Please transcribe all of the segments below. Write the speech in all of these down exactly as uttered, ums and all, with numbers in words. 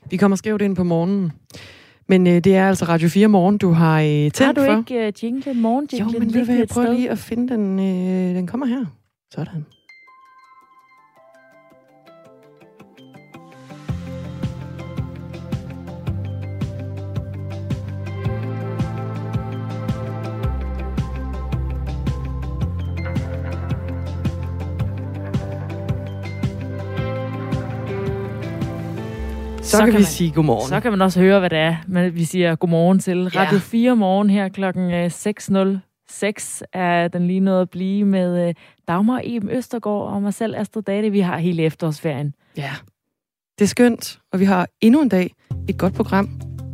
Vi kommer skævt ind på morgenen. Men øh, det er altså Radio fire Morgen, du har øh, tændt for. Har du for. ikke uh, jingle, morgenjinglen? Jo, men ved du hvad, jeg prøver lige at finde den. Øh, den kommer her. Sådan. Så, så kan vi man, sige godmorgen. Så kan man også høre, hvad det er, men vi siger godmorgen til. Ja. Radio fire Morgen her klokken seks nul seks er den lige nået at blive med Dagmar Eben Østergaard og mig selv, Astrid Date. Vi har hele efterårsferien. Ja, det er skønt, og vi har endnu en dag et godt program.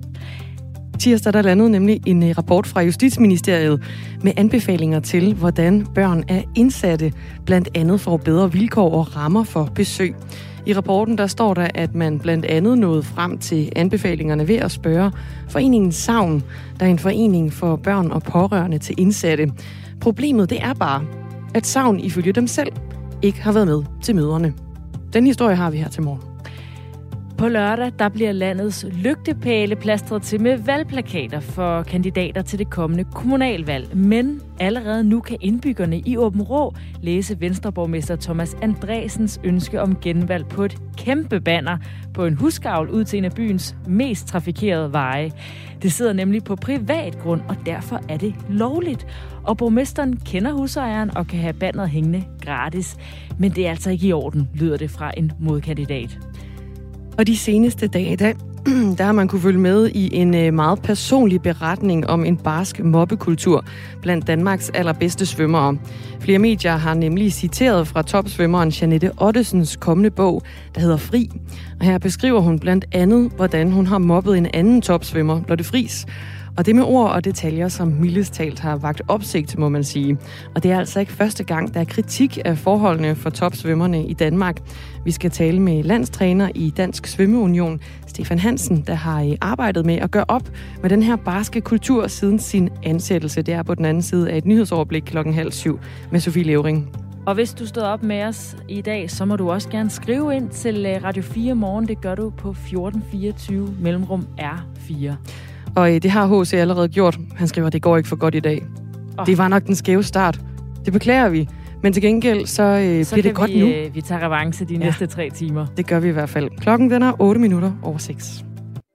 Tirsdag der landede nemlig en rapport fra Justitsministeriet med anbefalinger til, hvordan børn af indsatte blandt andet får bedre vilkår og rammer for besøg. I rapporten der står der, at man blandt andet nåede frem til anbefalingerne ved at spørge foreningen Savn, der er en forening for børn og pårørende til indsatte. Problemet det er bare, at Savn ifølge dem selv ikke har været med til møderne. Den historie har vi her til morgen. På lørdag der bliver landets lygtepæle plastret til med valgplakater for kandidater til det kommende kommunalvalg. Men allerede nu kan indbyggerne i Aabenraa læse Venstreborgmester Thomas Andresens ønske om genvalg på et kæmpe banner på en husgavl ud til en af byens mest trafikerede veje. Det sidder nemlig på privat grund, og derfor er det lovligt. Og borgmesteren kender husejeren og kan have banneret hængende gratis. Men det er altså ikke i orden, lyder det fra en modkandidat. Og de seneste dage, der, der har man kunne følge med i en meget personlig beretning om en barsk mobbekultur blandt Danmarks allerbedste svømmere. Flere medier har nemlig citeret fra topsvømmeren Jeanette Ottesens kommende bog, der hedder Fri. Og her beskriver hun blandt andet, hvordan hun har mobbet en anden topsvømmer, Lotte Friis. Og det med ord og detaljer, som mildest talt har vakt opsigt, må man sige. Og det er altså ikke første gang, der er kritik af forholdene for topsvømmerne i Danmark. Vi skal tale med landstræner i Dansk Svømmeunion, Stefan Hansen, der har arbejdet med at gøre op med den her barske kultur siden sin ansættelse. Det er på den anden side af et nyhedsoverblik klokken halv syv med Sofie Levering. Og hvis du stod op med os i dag, så må du også gerne skrive ind til Radio fire Morgen. Det gør du på fjorten fireogtyve mellemrum R fire. Og det har H C allerede gjort. Han skriver, at det går ikke for godt i dag. Oh. Det var nok den skæve start. Det beklager vi. Men til gengæld, så, øh, så bliver det godt vi, nu. Øh, vi tager revanche de ja. næste tre timer. Det gør vi i hvert fald. Klokken den er otte minutter over seks.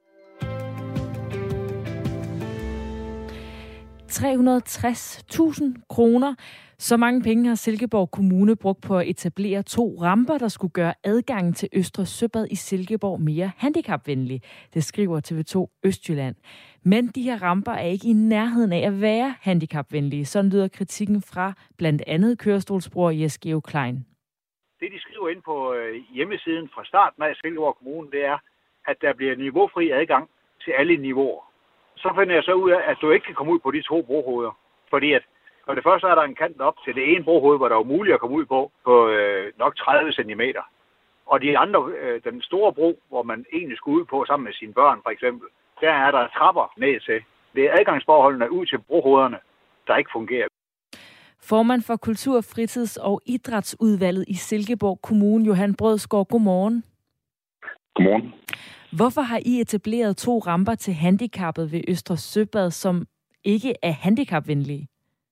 tre hundrede og tres tusind kroner. Så mange penge har Silkeborg Kommune brugt på at etablere to ramper, der skulle gøre adgangen til Østre Søbad i Silkeborg mere handicapvenlig. Det skriver T V to Østjylland. Men de her ramper er ikke i nærheden af at være handicapvenlige. Sådan lyder kritikken fra blandt andet kørestolsbruger Jes Geo Klein. Det, de skriver ind på hjemmesiden fra starten af Silkeborg Kommune, det er, at der bliver niveaufri adgang til alle niveauer. Så finder jeg så ud af, at du ikke kan komme ud på de to brohoveder, fordi at og det første er der en kant op til det ene brohoved, hvor der er muligt at komme ud på, på øh, nok tredive centimeter. Og de andre, øh, den store bro, hvor man egentlig skulle ud på sammen med sine børn for eksempel, der er der trapper ned til. Det er adgangsforholdene ud til brohovederne, der ikke fungerer. Formand for Kultur-, Fritids- og Idrætsudvalget i Silkeborg Kommune, Johan Brødsgaard, godmorgen. Godmorgen. Hvorfor har I etableret to ramper til handicappet ved Østre Søbad, som ikke er handicapvenlige?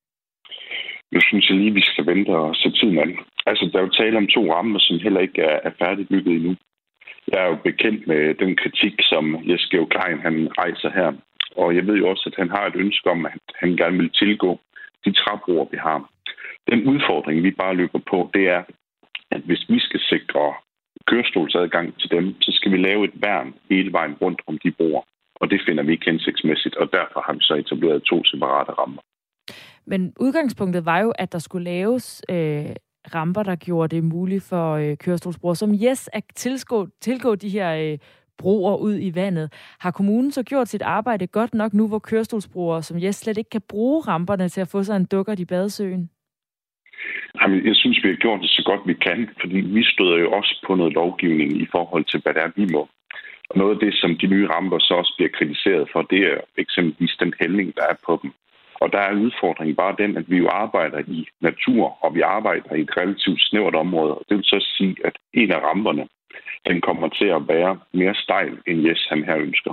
Nu synes jeg lige, vi skal vente og se tiden an. Altså, der er jo tale om to rammer, som heller ikke er, er færdigbygget endnu. Jeg er jo bekendt med den kritik, som Jes Geo Klein han rejser her. Og jeg ved jo også, at han har et ønske om, at han gerne vil tilgå de trappeord, vi har. Den udfordring, vi bare løber på, det er, at hvis vi skal sikre kørestolsadgang til dem, så skal vi lave et værn hele vejen rundt om de broer. Og det finder vi ikke hensigtsmæssigt, og derfor har vi så etableret to separate rammer. Men udgangspunktet var jo, at der skulle laves øh, ramper, der gjorde det muligt for øh, kørestolsbrugere, som yes, at tilgå, tilgå de her øh, broer ud i vandet. Har kommunen så gjort sit arbejde godt nok nu, hvor kørestolsbrugere som yes slet ikke kan bruge ramperne til at få sig en dukkert i badesøen? Jamen, jeg synes, vi har gjort det så godt vi kan, fordi vi støder jo også på noget lovgivning i forhold til, hvad det er, vi må. Og noget af det, som de nye ramper så også bliver kritiseret for, det er eksempelvis den hældning, der er på dem. Og der er udfordringen bare den, at vi jo arbejder i natur, og vi arbejder i et relativt snævert område. Og det vil så sige, at en af ramperne, den kommer til at være mere stejl, end Jes han her ønsker.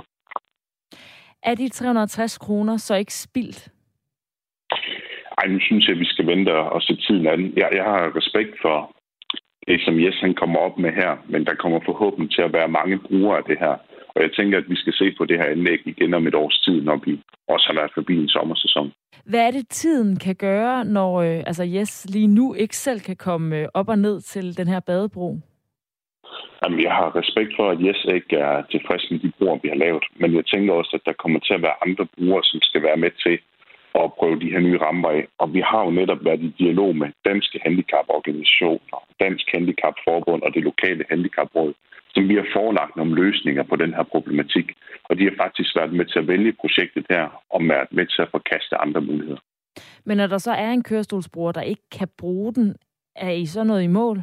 Er de tre hundrede og tres kroner så ikke spildt? Ej, nu synes jeg, at vi skal vente og se tiden an. Jeg, jeg har respekt for det, som Jes han kommer op med her, men der kommer forhåbentlig til at være mange brugere af det her. Og jeg tænker, at vi skal se på det her anlæg igen om et års tid, når vi også har været forbi en sommersæson. Hvad er det, tiden kan gøre, når øh, altså Jes lige nu ikke selv kan komme øh, op og ned til den her badebro? Jamen, jeg har respekt for, at Jes ikke er tilfreds med de bruger, vi har lavet. Men jeg tænker også, at der kommer til at være andre brugere, som skal være med til at prøve de her nye ramper af. Og vi har jo netop været i dialog med danske handicaporganisationer, Dansk Handicapforbund og det lokale handicapråd, som vi har forelagt nogle løsninger på den her problematik. Og de har faktisk været med til at vælge projektet her, og været med til at forkaste andre muligheder. Men når der så er en kørestolsbruger, der ikke kan bruge den, er I så noget i mål?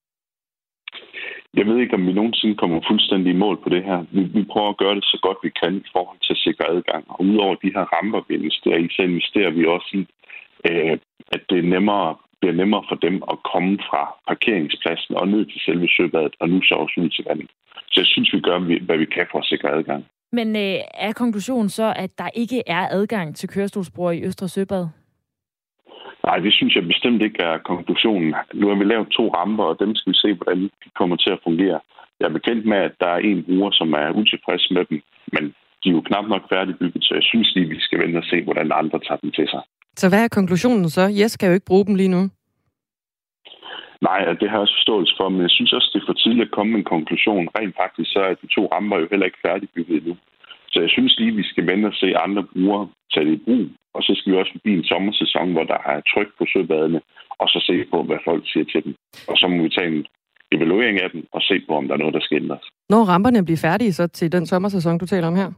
Jeg ved ikke, om vi nogensinde kommer fuldstændig i mål på det her. Vi, vi prøver at gøre det så godt vi kan i forhold til at sikre adgang. Og udover de her ramper, vi investerer i, så investerer vi også i, øh, at det er nemmere, bliver nemmere for dem at komme fra parkeringspladsen og ned til selve søbadet, og nu så også ud til vandet. Så jeg synes, vi gør, hvad vi kan for at sikre adgang. Men øh, er konklusionen så, at der ikke er adgang til kørestolsbrugere i Østre Søbad? Nej, det synes jeg bestemt ikke er konklusionen. Nu har vi lavet to ramper, og dem skal vi se, hvordan de kommer til at fungere. Jeg er bekendt med, at der er en bruger, som er utilfreds med dem, men de er jo knap nok færdigbygget, så jeg synes lige, vi skal vente og se, hvordan andre tager dem til sig. Så hvad er konklusionen så? Jes skal jo ikke bruge dem lige nu. Nej, det har jeg også forståelse for, men jeg synes også, det er for tidligt at komme med en konklusion. Rent faktisk så er de to ramper jo heller ikke færdigbygget endnu. Så jeg synes lige, vi skal vente og se andre brugere tage det i brug. Og så skal vi også forbi en sommersæson, hvor der er tryk på søbadene, og så se på, hvad folk siger til dem. Og så må vi tage en evaluering af dem, og se på, om der er noget, der skal ændres. Når ramperne bliver færdige så til den sommersæson, du taler om her?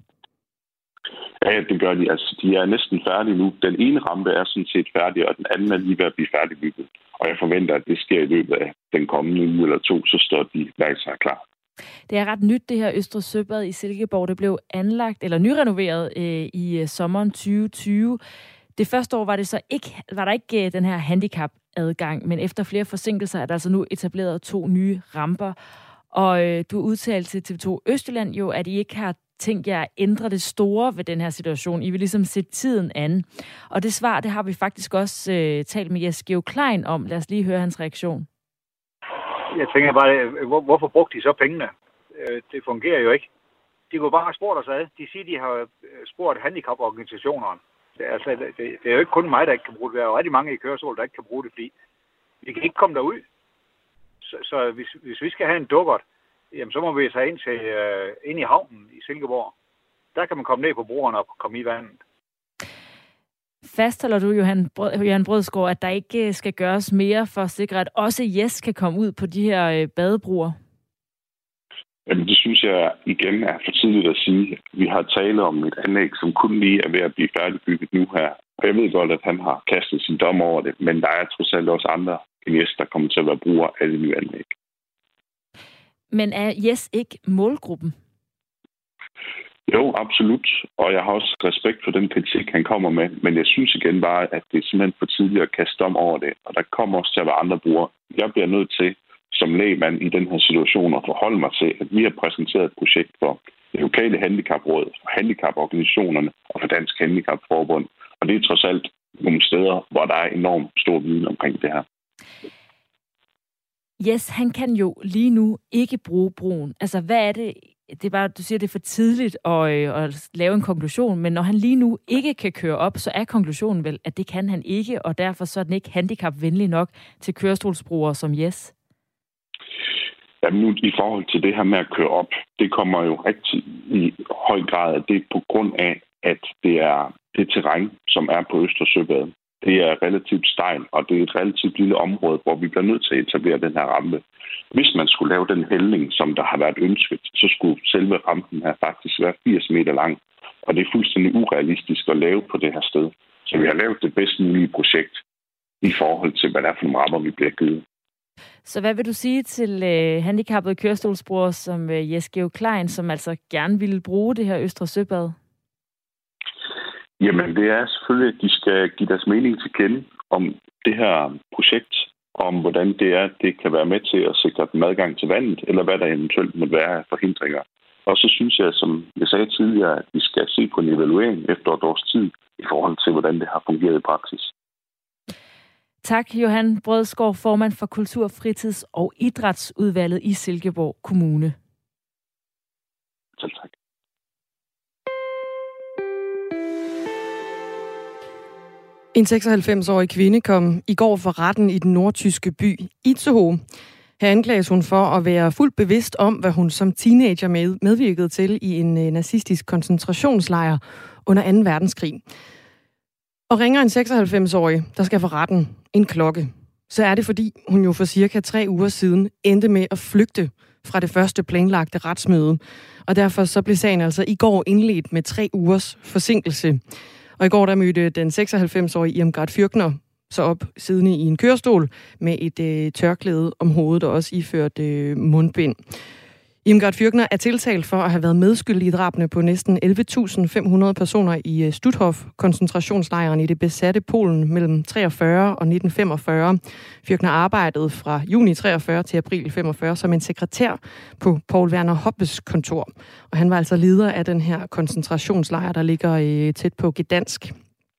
Ja, det gør de. Altså, de er næsten færdige nu. Den ene rampe er sådan set færdig, og den anden er lige ved at blive færdigbygget. Og jeg forventer, at det sker i løbet af den kommende uge eller to, så står de værksat klar. Det er ret nyt, det her Østre Søbad i Silkeborg. Det blev anlagt, eller nyrenoveret øh, i øh, sommeren tyve tyve. Det første år var, det så ikke, var der ikke øh, den her handicap-adgang, men efter flere forsinkelser er der altså nu etableret to nye ramper. Og øh, du udtalte til T V to Østjylland jo, at I ikke har tænkt jer at ændre det store ved den her situation. I vil ligesom sætte tiden an. Og det svar, det har vi faktisk også øh, talt med Jes Georg Klein om. Lad os lige høre hans reaktion. Jeg tænker bare, hvor, hvorfor brugte de så pengene? Det fungerer jo ikke. De kunne bare have spurgt os ad. De siger, de har spurgt handicaporganisationerne. Det, altså, det, det er jo ikke kun mig, der ikke kan bruge det. Der er jo rigtig mange i kørestol, der ikke kan bruge det, fordi vi kan ikke komme derud. Så, så hvis, hvis vi skal have en dukkert, jamen, så må vi tage ind, til, uh, ind i havnen i Silkeborg. Der kan man komme ned på broerne og komme i vandet. Fastholder du, Johan, Brød, Johan Brødsgaard, at der ikke skal gøres mere for at sikre, at også Jes kan komme ud på de her badebroer? Jamen, det synes jeg igen er for tidligt at sige. Vi har tale om et anlæg, som kun lige er ved at blive færdigbygget nu her. Og jeg ved godt, at han har kastet sin dom over det, men der er trods alt også andre end Jes, der kommer til at være brugere af det nye anlæg. Men er Jes ikke målgruppen? Jo, absolut. Og jeg har også respekt for den kritik, han kommer med. Men jeg synes igen bare, at det er simpelthen for tidligt at kaste dom over det. Og der kommer også til at være andre brugere. Jeg bliver nødt til som lægmand i den her situation at forholde mig til, at vi har præsenteret et projekt for det lokale handicapråd, for handicaporganisationerne og for Dansk Handicapforbund. Og det er trods alt nogle steder, hvor der er enormt stor viden omkring det her. Jes, han kan jo lige nu ikke bruge broen. Altså, hvad er det? Det er bare, du siger, det er for tidligt at, øh, at lave en konklusion, men når han lige nu ikke kan køre op, så er konklusionen vel, at det kan han ikke, og derfor så er den ikke handicapvenlig nok til kørestolsbrugere som Jes. Jamen nu i forhold til det her med at køre op, det kommer jo rigtig i høj grad af det på grund af, at det er det terræn, som er på Østre Søbad. Det er relativt stejl, og det er et relativt lille område, hvor vi bliver nødt til at etablere den her rampe. Hvis man skulle lave den hældning, som der har været ønsket, så skulle selve rampen her faktisk være firs meter lang. Og det er fuldstændig urealistisk at lave på det her sted. Så vi har lavet det bedst mulige projekt i forhold til, hvad der er for nogle ramper, vi bliver givet. Så hvad vil du sige til øh, handicappede kørestolsbrugere som øh, Jes Georg Klein, som altså gerne ville bruge det her Østre Søbad? Jamen, det er selvfølgelig, at de skal give deres mening til kende om det her projekt, om hvordan det er, det kan være med til at sikre dem adgang til vandet, eller hvad der eventuelt må være af forhindringer. Og så synes jeg, som jeg sagde tidligere, at vi skal se på en evaluering efter et års tid i forhold til, hvordan det har fungeret i praksis. Tak, Johan Brødsgaard, formand for Kultur-, Fritids- og Idrætsudvalget i Silkeborg Kommune. Selv tak. En seksoghalvfems-årig kvinde kom i går for retten i den nordtyske by Itzehoe. Her anklages hun for at være fuldt bevidst om, hvad hun som teenager med, medvirkede til i en nazistisk koncentrationslejr under anden verdenskrig. Og ringer en seksoghalvfems-årig, der skal for retten, en klokke, så er det fordi, hun jo for cirka tre uger siden endte med at flygte fra det første planlagte retsmøde. Og derfor så blev sagen altså i går indledt med tre ugers forsinkelse. Og i går der mødte den seksoghalvfems-årige Irmgard Fürkner så op siddende i en kørestol med et øh, tørklæde om hovedet og også iført øh, mundbind. Irmgard Fürkner er tiltalt for at have været medskyldig i drabene på næsten elleve tusind fem hundrede personer i Stutthof-koncentrationslejren i det besatte Polen mellem treogfyrre og nitten femogfyrre. Fürkner arbejdede fra juni treogfyrre til april femogfyrre som en sekretær på Paul Werner Hoppes kontor. Og han var altså leder af den her koncentrationslejr, der ligger tæt på Gdansk.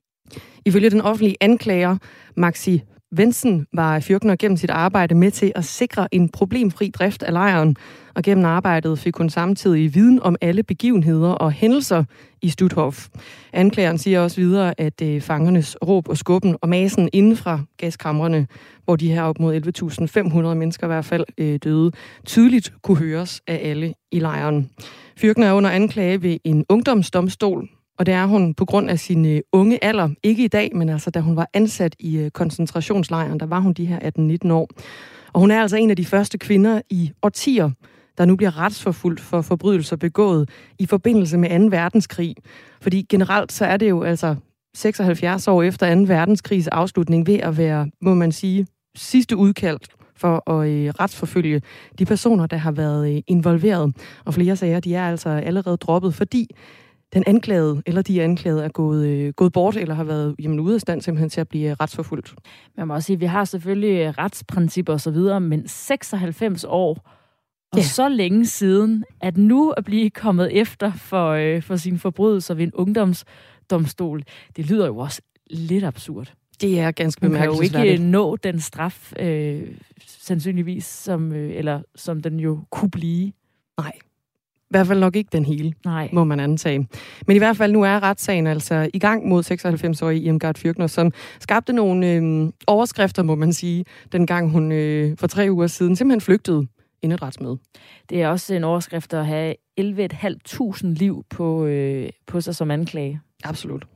Ifølge den offentlige anklager, Maxi Wensen, var Fürkner gennem sit arbejde med til at sikre en problemfri drift af lejren, og gennem arbejdet fik hun samtidig viden om alle begivenheder og hændelser i Stutthof. Anklageren siger også videre, at øh, fangernes råb og skubben og masen inden fra gaskamrene, hvor de her op mod elleve tusind fem hundrede mennesker i hvert fald øh, døde, tydeligt kunne høres af alle i lejren. Fürkner er under anklage ved en ungdomsdomstol, og det er hun på grund af sin øh, unge alder. Ikke i dag, men altså da hun var ansat i øh, koncentrationslejren, der var hun de her atten nitten år. Og hun er altså en af de første kvinder i årtier, der nu bliver retsforfulgt for forbrydelser begået i forbindelse med anden verdenskrig. Fordi generelt så er det jo altså seksoghalvfjerds år efter anden verdenskrigs afslutning ved at være, må man sige, sidste udkald for at øh, retsforfølge de personer, der har været øh, involveret. Og flere sager, de er altså allerede droppet, fordi den anklagede, eller de anklagede, er gået, øh, gået bort, eller har været jamen, ude af stand simpelthen til at blive retsforfulgt. Man må også sige, at vi har selvfølgelig retsprincipper og så videre, men seksoghalvfems år, og ja. Så længe siden, at nu at blive kommet efter for, øh, for sine forbrydelser ved en ungdomsdomstol, det lyder jo også lidt absurd. Det er ganske bemærkelsesværdigt. Man kan jo ikke nå den straf, øh, sandsynligvis, som, øh, eller som den jo kunne blive. Nej. I hvert fald nok ikke den hele, Nej. Må man antage. Men i hvert fald nu er retssagen altså i gang mod seksoghalvfems-årige Irmgard Fürkner, som skabte nogle øh, overskrifter, må man sige, dengang hun øh, for tre uger siden simpelthen flygtede inden et retsmøde. Det er også en overskrift at have elleve tusind fem hundrede liv på, øh, på sig som anklage. Absolut.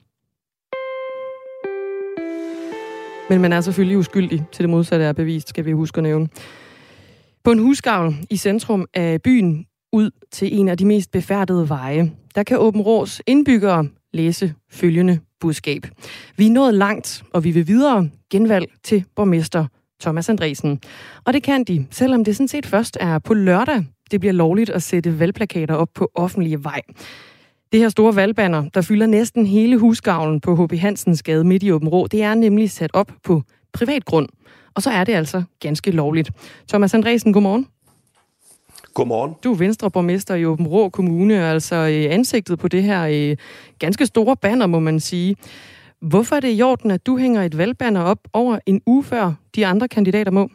Men man er selvfølgelig uskyldig, til det modsatte er bevist, skal vi huske at nævne. På en husgavl i centrum af byen, ud til en af de mest befærdede veje, der kan Aabenraas indbyggere læse følgende budskab. Vi er nået langt, og vi vil videre. Genvalg til borgmester Thomas Andresen. Og det kan de, selvom det sådan set først er på lørdag, det bliver lovligt at sætte valgplakater op på offentlige vej. Det her store valgbanner, der fylder næsten hele husgavlen på H P Hansens Gade midt i Aabenraa, det er nemlig sat op på privat grund. Og så er det altså ganske lovligt. Thomas Andresen, godmorgen. Godmorgen. Du er Venstreborgmester i Aabenraa Kommune, altså ansigtet på det her ganske store banner, må man sige. Hvorfor er det i orden, at du hænger et valgbanner op over en uge før de andre kandidater må?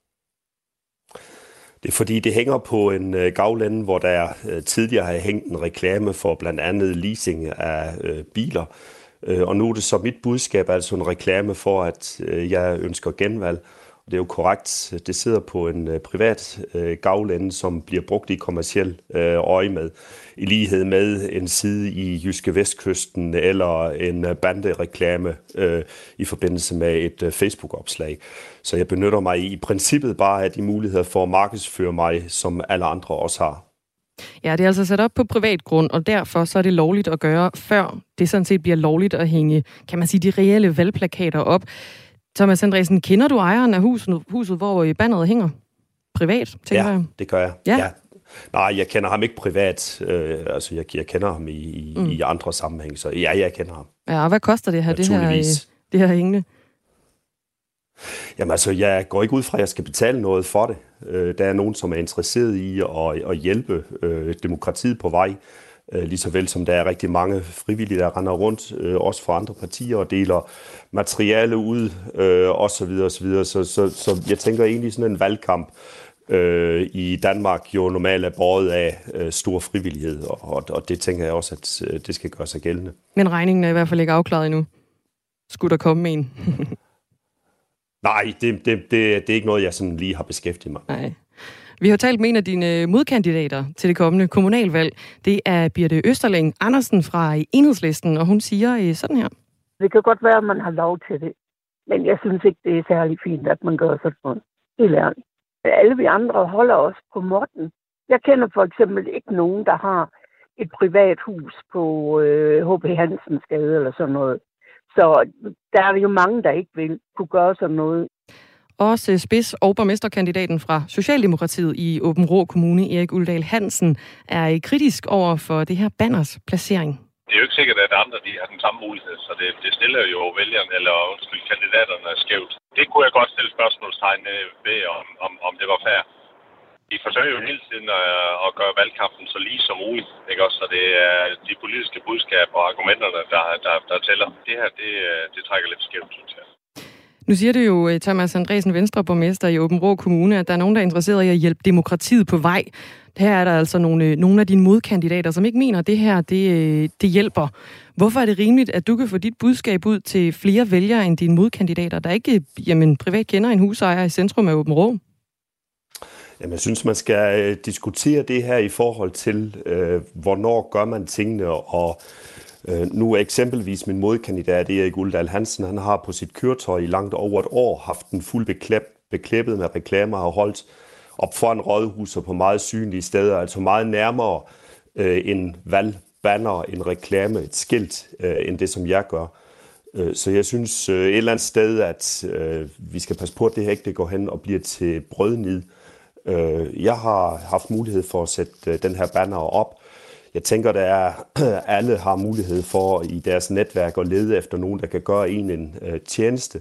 Det er fordi, det hænger på en øh, gavlende, hvor der øh, tidligere har hængt en reklame for blandt andet leasing af øh, biler. Øh, og nu er det så mit budskab, altså en reklame for, at øh, jeg ønsker genvalg. Det er jo korrekt. Det sidder på en øh, privat øh, gavlende, som bliver brugt i kommerciel øh, øje med. I lighed med en side i Jyske Vestkysten eller en øh, bandereklame øh, i forbindelse med et øh, Facebook-opslag. Så jeg benytter mig i, i princippet bare af de muligheder for at markedsføre mig, som alle andre også har. Ja, det er altså sat op på privat grund, og derfor så er det lovligt at gøre, før det sådan set bliver lovligt at hænge, kan man sige, de reelle valgplakater op. Thomas Andresen, kender du ejeren af huset, huset hvor banneret hænger? Privat, tænker ja, jeg. det gør jeg. Ja. ja. Nej, jeg kender ham ikke privat. Øh, altså, jeg, jeg kender ham i, i, mm. i andre sammenhæng, så ja, jeg kender ham. Ja, og hvad koster det her, det her, det her hængende? Jamen altså, jeg går ikke ud fra, at jeg skal betale noget for det. Øh, der er nogen, som er interesseret i at, at hjælpe øh, demokratiet på vej. Øh, lige så vel som der er rigtig mange frivillige, der render rundt, øh, også fra andre partier, og deler materiale ud, øh, osv. osv. Så, så, så jeg tænker egentlig sådan en valgkamp øh, i Danmark jo normalt er båret af øh, stor frivillighed, og, og det tænker jeg også, at øh, det skal gøre sig gældende. Men regningen er i hvert fald ikke afklaret endnu. Skulle der komme en? Nej, det, det, det, det er ikke noget, jeg sådan lige har beskæftiget mig. Nej. Vi har talt med en af dine modkandidater til det kommende kommunalvalg. Det er Birthe Østerling Andersen fra Enhedslisten, og hun siger sådan her. Det kan godt være, at man har lov til det, men jeg synes ikke, det er særlig fint, at man gør sådan noget. Helt ærligt. Alle vi andre holder os på måtten. Jeg kender for eksempel ikke nogen, der har et privat hus på øh, H P Hansens Gade eller sådan noget. Så der er jo mange, der ikke vil kunne gøre sådan noget. Også spids- og borgmesterkandidaten fra Socialdemokratiet i Aabenraa Kommune, Erik Uldal Hansen, er kritisk over for det her banners placering. Det er jo ikke sikkert, at andre de har den samme mulighed, så det, det stiller jo vælgerne, eller undskyld, kandidaterne skævt. Det kunne jeg godt stille spørgsmålstegn ved, om, om, om det var fair. De forsøger jo hele tiden at, at gøre valgkampen så lige som muligt, ikke også? Så det er de politiske budskaber og argumenterne, der, der, der tæller. Det her, det, det trækker lidt skævt, synes jeg. Nu siger du jo, Thomas Andresen, Venstreborgmester i Aabenraa Kommune, at der er nogen, der er interesseret i at hjælpe demokratiet på vej. Her er der altså nogle, nogle af dine modkandidater, som ikke mener, at det her det, det hjælper. Hvorfor er det rimeligt, at du kan få dit budskab ud til flere vælgere end dine modkandidater, der ikke jamen, privat kender en husejer i centrum af Aabenraa? Jamen, jeg synes, man skal øh, diskutere det her i forhold til, øh, hvornår gør man tingene, og øh, nu eksempelvis min modkandidat Erik Uldal Hansen, han har på sit køretøj i langt over et år haft den fuld beklæb, beklæbet med reklamer og holdt op foran rådhuser på meget synlige steder, altså meget nærmere øh, en valgbanner, en reklame, et skilt, øh, end det, som jeg gør. Øh, så jeg synes øh, et eller andet sted, at øh, vi skal passe på, at det her ikke det går hen og bliver til brødnid. Jeg har haft mulighed for at sætte den her banner op. Jeg tænker, at alle har mulighed for i deres netværk at lede efter nogen, der kan gøre en en tjeneste.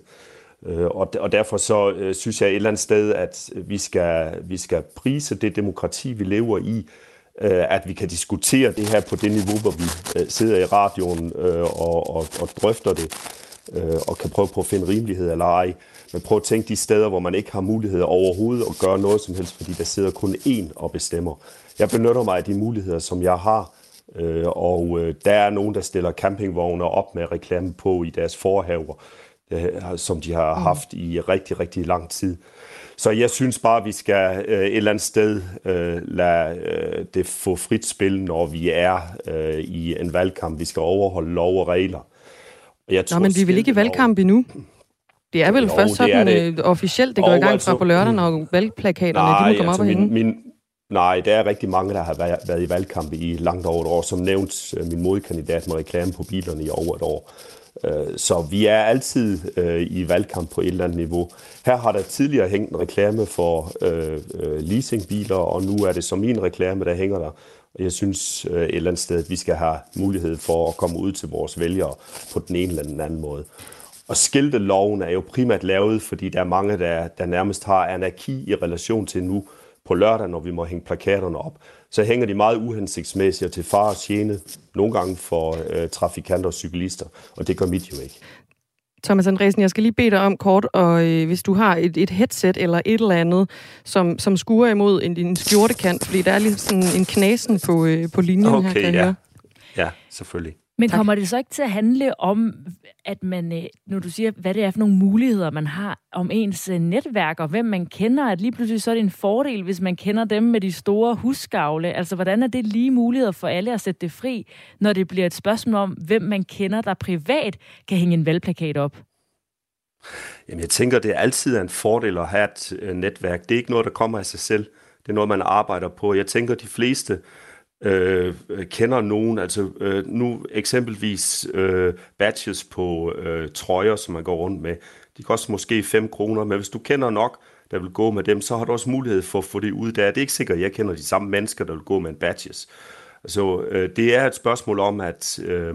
Og derfor så synes jeg et eller andet sted, at vi skal, vi skal prise det demokrati, vi lever i, at vi kan diskutere det her på det niveau, hvor vi sidder i radioen og, og, og drøfter det, og kan prøve på at finde rimelighed eller ej. Men prøv at tænke de steder, hvor man ikke har mulighed overhovedet at gøre noget som helst, fordi der sidder kun én og bestemmer. Jeg benytter mig af de muligheder, som jeg har, og der er nogen, der stiller campingvogne op med reklame på i deres forhaver, som de har haft i rigtig, rigtig lang tid. Så jeg synes bare, at vi skal et eller andet sted lade det få frit spil, når vi er i en valgkamp. Vi skal overholde lov og regler. Jeg tror, Nå, men vi vil ikke i valgkamp endnu. Det er vel jo, først sådan det det. officielt, det går i gang altså, fra på lørdag, når valgplakaterne nej, de må komme altså op og hænge? Min, min, nej, der er rigtig mange, der har været i valgkamp i langt over et år. Som nævnt min modkandidat med reklame på bilerne i over et år. Så vi er altid i valgkamp på et eller andet niveau. Her har der tidligere hængt en reklame for øh, leasingbiler, og nu er det som min reklame, der hænger der. Jeg synes et eller andet sted, at vi skal have mulighed for at komme ud til vores vælgere på den ene eller den anden måde. Og skilteloven er jo primært lavet, fordi der er mange, der, der nærmest har anarki i relation til nu på lørdag, når vi må hænge plakaterne op. Så hænger de meget uhensigtsmæssigt og til fare og tjene, nogle gange for øh, trafikanter og cyklister, og det gør mit jo ikke. Thomas Andresen, jeg skal lige bede dig om kort, og øh, hvis du har et, et headset eller et eller andet, som, som skuer imod en, en skjortekant, fordi der er lige sådan en knasen på, øh, på linjen okay, her, kan ja. jeg Ja, selvfølgelig. Men tak. Kommer det så ikke til at handle om, at man, når du siger, hvad det er for nogle muligheder, man har om ens netværk, og hvem man kender, at lige pludselig så er det en fordel, hvis man kender dem med de store husgavle? Altså, hvordan er det lige muligheder for alle at sætte det fri, når det bliver et spørgsmål om, hvem man kender, der privat kan hænge en valgplakat op? Jamen, jeg tænker, det er altid en fordel at have et netværk. Det er ikke noget, der kommer af sig selv. Det er noget, man arbejder på. Jeg tænker, de fleste Øh, kender nogen, altså øh, nu eksempelvis øh, badges på øh, trøjer, som man går rundt med, de koster måske fem kroner, men hvis du kender nok der vil gå med dem, så har du også mulighed for at få det ud der. Det er ikke sikkert, at jeg kender de samme mennesker, der vil gå med en badges. Så øh, det er et spørgsmål om, at øh,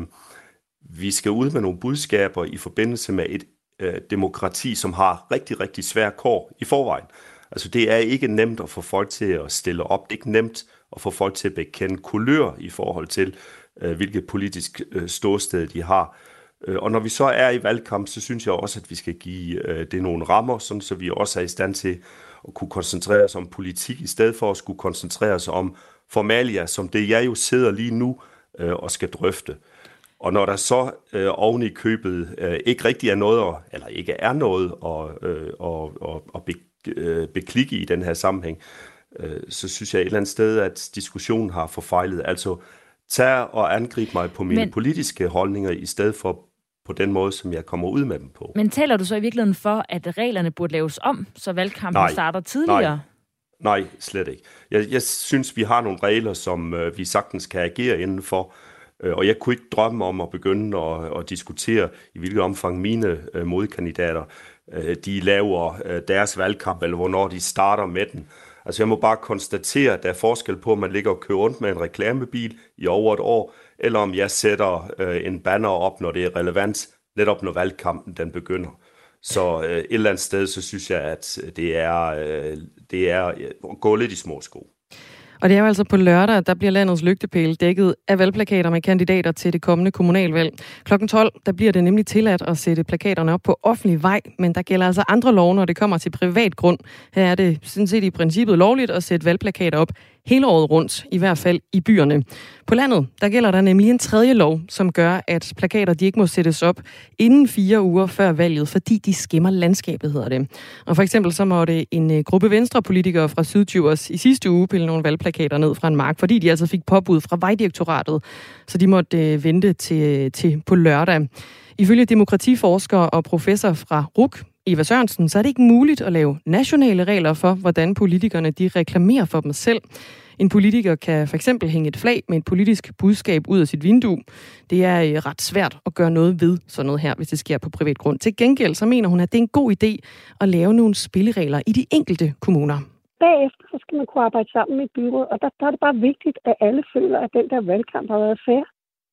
vi skal ud med nogle budskaber i forbindelse med et øh, demokrati, som har rigtig, rigtig svære kår i forvejen. Altså det er ikke nemt at få folk til at stille op. Det er ikke nemt at få folk til at bekende kulør i forhold til, øh, hvilket politisk øh, ståsted de har. Og når vi så er i valgkamp, så synes jeg også, at vi skal give øh, det nogle rammer, sådan så vi også er i stand til at kunne koncentrere os om politik, i stedet for at skulle koncentrere os om formalia, som det jeg jo sidder lige nu øh, og skal drøfte. Og når der så øh, oven i købet øh, ikke rigtig er noget, eller ikke er noget at, øh, og, og, og be, øh, beklikke i den her sammenhæng, øh, så synes jeg et eller andet sted, at diskussionen har forfejlet. Altså, tag og angrib mig på mine Men... politiske holdninger, i stedet for på den måde, som jeg kommer ud med dem på. Men taler du så i virkeligheden for, at reglerne burde laves om, så valgkampen nej, starter tidligere? Nej, nej, slet ikke. Jeg, jeg synes, vi har nogle regler, som øh, vi sagtens kan agere indenfor, øh, og jeg kunne ikke drømme om at begynde at, at diskutere, i hvilket omfang mine øh, modkandidater, øh, de laver øh, deres valgkamp, eller hvornår de starter med den. Altså jeg må bare konstatere, at der er forskel på, om man ligger og kører rundt med en reklamebil i over et år, eller om jeg sætter øh, en banner op, når det er relevant, netop når valgkampen den begynder. Så øh, et eller andet sted, så synes jeg, at det er, øh, det er at gå lidt i små sko. Og det er jo altså på lørdag, der bliver landets lygtepæle dækket af valgplakater med kandidater til det kommende kommunalvalg. klokken tolv, der bliver det nemlig tilladt at sætte plakaterne op på offentlig vej, men der gælder altså andre love, når det kommer til privat grund. Her er det sådan set i princippet lovligt at sætte valgplakater op hele året rundt, i hvert fald i byerne. På landet, der gælder der nemlig en tredje lov, som gør, at plakater de ikke må sættes op inden fire uger før valget, fordi de skæmmer landskabet, hedder det. Og for eksempel så måtte en gruppe venstrepolitikere fra Sydtjurs i sidste uge pille nogle valgplakater ned fra en mark, fordi de altså fik påbud fra Vejdirektoratet, så de måtte vente til, til på lørdag. Ifølge demokratiforsker og professor fra R U C, Eva Sørensen, så er det ikke muligt at lave nationale regler for, hvordan politikerne de reklamerer for dem selv. En politiker kan for eksempel hænge et flag med et politisk budskab ud af sit vindue. Det er ret svært at gøre noget ved sådan noget her, hvis det sker på privat grund. Til gengæld så mener hun, at det er en god idé at lave nogle spilleregler i de enkelte kommuner. Bagefter så skal man kunne arbejde sammen med et byråd, og der, der er det bare vigtigt, at alle føler, at den der valgkamp har været fair.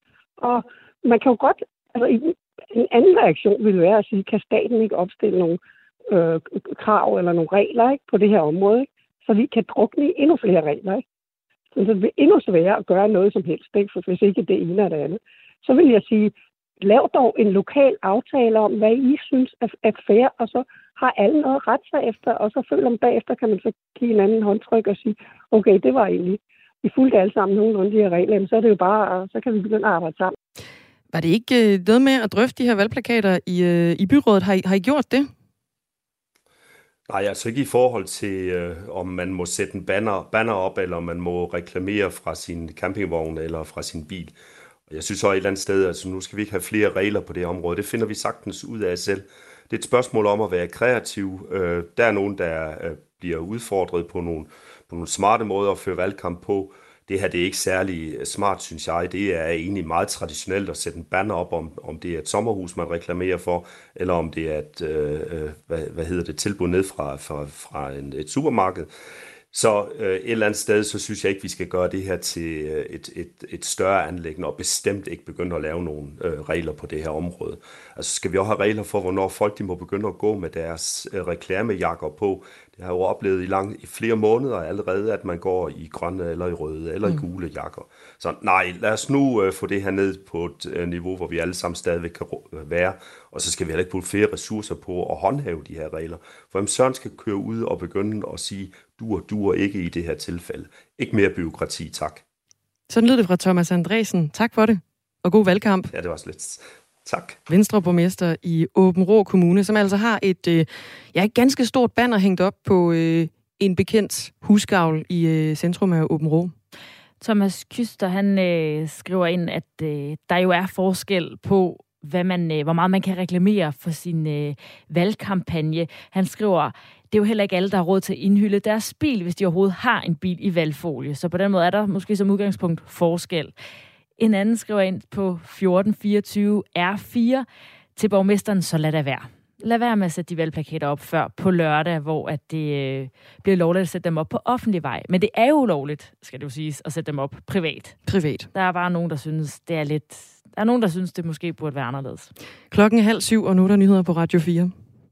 Og man kan jo godt... Altså, en anden reaktion ville være at sige, kan staten ikke opstille nogle øh, krav eller nogle regler ikke, på det her område, ikke? Så vi kan drukne i endnu flere regler. Ikke? Så det bliver endnu sværere at gøre noget som helst, ikke? For hvis ikke det ene eller det andet. Så vil jeg sige, lav dog en lokal aftale om, hvad I synes er fair, og så har alle noget at rette sig efter, og så føler man bagefter, kan man så give en anden håndtryk og sige, okay, det var egentlig, vi fulgte alle sammen nogenlunde de her regler, så er det jo bare, så kan vi begynde at arbejde sammen. Var det ikke øh, noget med at drøfte de her valgplakater i, øh, i byrådet? Har I, har I gjort det? Nej, altså ikke i forhold til, øh, om man må sætte en banner, banner op, eller om man må reklamere fra sin campingvogn eller fra sin bil. Og jeg synes så et eller andet sted, altså nu skal vi ikke have flere regler på det område. Det finder vi sagtens ud af selv. Det er et spørgsmål om at være kreativ. Øh, der er nogen, der øh, bliver udfordret på nogle, på nogle smarte måder at føre valgkamp på. Det her det er ikke særlig smart, synes jeg. Det er egentlig meget traditionelt at sætte en banner op, om, om det er et sommerhus, man reklamerer for, eller om det er et øh, hvad, hvad hedder det, tilbud ned fra, fra, fra en, et supermarked. Så øh, et eller andet sted, så synes jeg ikke, vi skal gøre det her til et, et, et større anliggende, og bestemt ikke begynde at lave nogle øh, regler på det her område. Altså skal vi også have regler for, hvornår folk de må begynde at gå med deres øh, reklamejakker på. Det har jo oplevet i, lang, i flere måneder allerede, at man går i grønne eller i røde eller i gule jakker. Så nej, lad os nu øh, få det her ned på et øh, niveau, hvor vi alle sammen stadigvæk kan være, og så skal vi heller ikke bruge flere ressourcer på at håndhæve de her regler. For om Søren skal køre ud og begynde at sige, du og du og ikke i det her tilfælde. Ikke mere byråkrati, tak. Sådan lød det fra Thomas Andresen. Tak for det, og god valgkamp. Ja, det var også lidt. Tak. Venstreborgmester i Aabenraa Kommune, som altså har et, øh, ja, et ganske stort banner hængt op på øh, en bekendt husgavl i øh, centrum af Aabenraa. Thomas Kyster, han øh, skriver ind, at øh, der jo er forskel på, hvad man, øh, hvor meget man kan reklamere for sin øh, valgkampagne. Han skriver, det er jo heller ikke alle, der har råd til at indhylde deres bil, hvis de overhovedet har en bil i valgfolie. Så på den måde er der måske som udgangspunkt forskel. En anden skriver ind på fjorten fireogtyve R fire til borgmesteren, så lad det være. lad være med at sætte de valgplakater op før på lørdag, hvor at det øh, bliver lovligt at sætte dem op på offentlig vej. Men det er jo ulovligt, skal det jo siges, at sætte dem op privat. Privat. Der er bare nogen, der synes, det er lidt... Der er nogen, der synes, det måske burde være anderledes. Klokken er halv syv, og nu er der nyheder på Radio fire.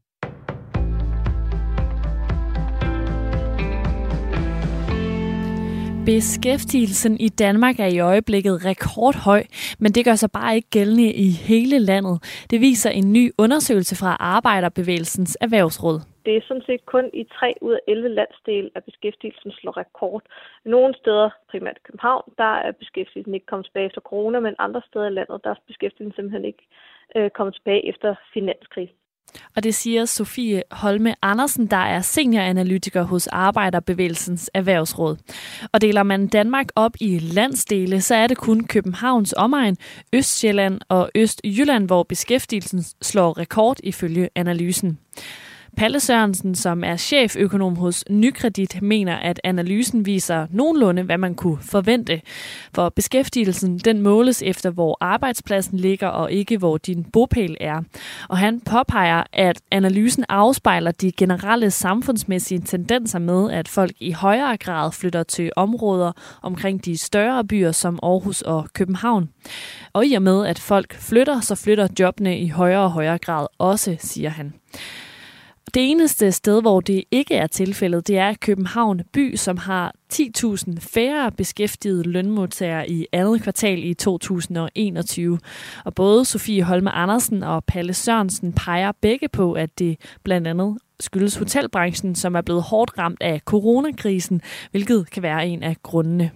Beskæftigelsen i Danmark er i øjeblikket rekordhøj, men det gør sig bare ikke gældende i hele landet. Det viser en ny undersøgelse fra Arbejderbevægelsens Erhvervsråd. Det er sådan set kun i tre ud af elleve landsdele, at beskæftigelsen slår rekord. Nogle steder, primært København, der er beskæftigelsen ikke kommet tilbage efter corona, men andre steder i landet, der er beskæftigelsen simpelthen ikke øh, kommet tilbage efter finanskrisen. Og det siger Sofie Holme Andersen, der er senioranalytiker hos Arbejderbevægelsens Erhvervsråd. Og deler man Danmark op i landsdele, så er det kun Københavns omegn, Østsjælland og Østjylland, hvor beskæftigelsen slår rekord ifølge analysen. Palle Sørensen, som er cheføkonom hos Nykredit, mener, at analysen viser nogenlunde, hvad man kunne forvente. For beskæftigelsen, den måles efter, hvor arbejdspladsen ligger, og ikke hvor din bopæl er. Og han påpeger, at analysen afspejler de generelle samfundsmæssige tendenser med, at folk i højere grad flytter til områder omkring de større byer som Aarhus og København. Og i og med, at folk flytter, så flytter jobbene i højere og højere grad også, siger han. Det eneste sted, hvor det ikke er tilfældet, det er København by, som har ti tusind færre beskæftigede lønmodtagere i andet kvartal i to tusind og enogtyve. Og både Sofie Holme Andersen og Palle Sørensen peger begge på, at det blandt andet skyldes hotelbranchen, som er blevet hårdt ramt af coronakrisen, hvilket kan være en af grundene.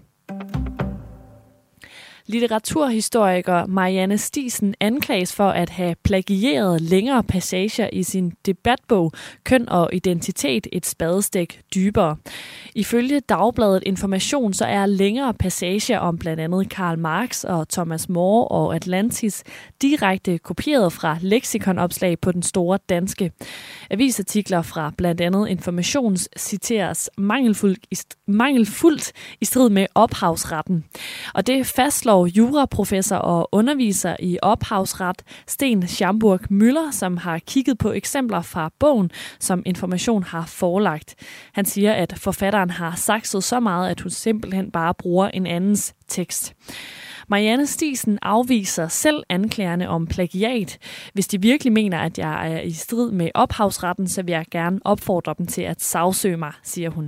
Litteraturhistoriker Marianne Stisen anklages for at have plagieret længere passager i sin debatbog Køn og identitet et spadestik dybere. Ifølge Dagbladet Information så er længere passager om blandt andet Karl Marx og Thomas More og Atlantis direkte kopieret fra leksikonopslag på den store danske. Avisartikler fra blandt andet Information citeres mangelfuldt, mangelfuldt i strid med ophavsretten. Og det fastslår juraprofessor og underviser i ophavsret Sten Schamburg Müller, som har kigget på eksempler fra bogen, som Information har forelagt. Han siger, at forfatteren har sakset så meget, at hun simpelthen bare bruger en andens tekst. Marianne Stisen afviser selv anklagerne om plagiat. Hvis de virkelig mener, at jeg er i strid med ophavsretten, så vil jeg gerne opfordre dem til at sagsøge mig, siger hun.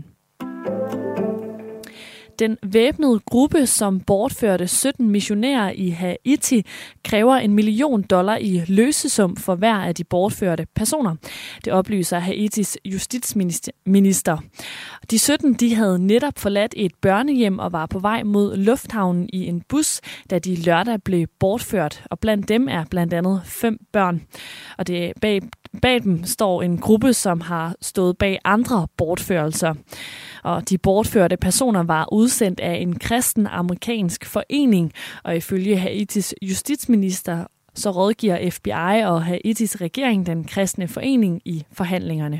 Den væbnede gruppe, som bortførte sytten missionærer i Haiti, kræver en million dollar i løsesum for hver af de bortførte personer. Det oplyser Haitis justitsminister. De sytten de havde netop forladt et børnehjem og var på vej mod lufthavnen i en bus, da de lørdag blev bortført. Og blandt dem er blandt andet fem børn. Og det bag Bag dem står en gruppe, som har stået bag andre bortførelser. Og de bortførte personer var udsendt af en kristen amerikansk forening, og ifølge Haitis justitsminister så rådgiver F B I og Haitis regering den kristne forening i forhandlingerne.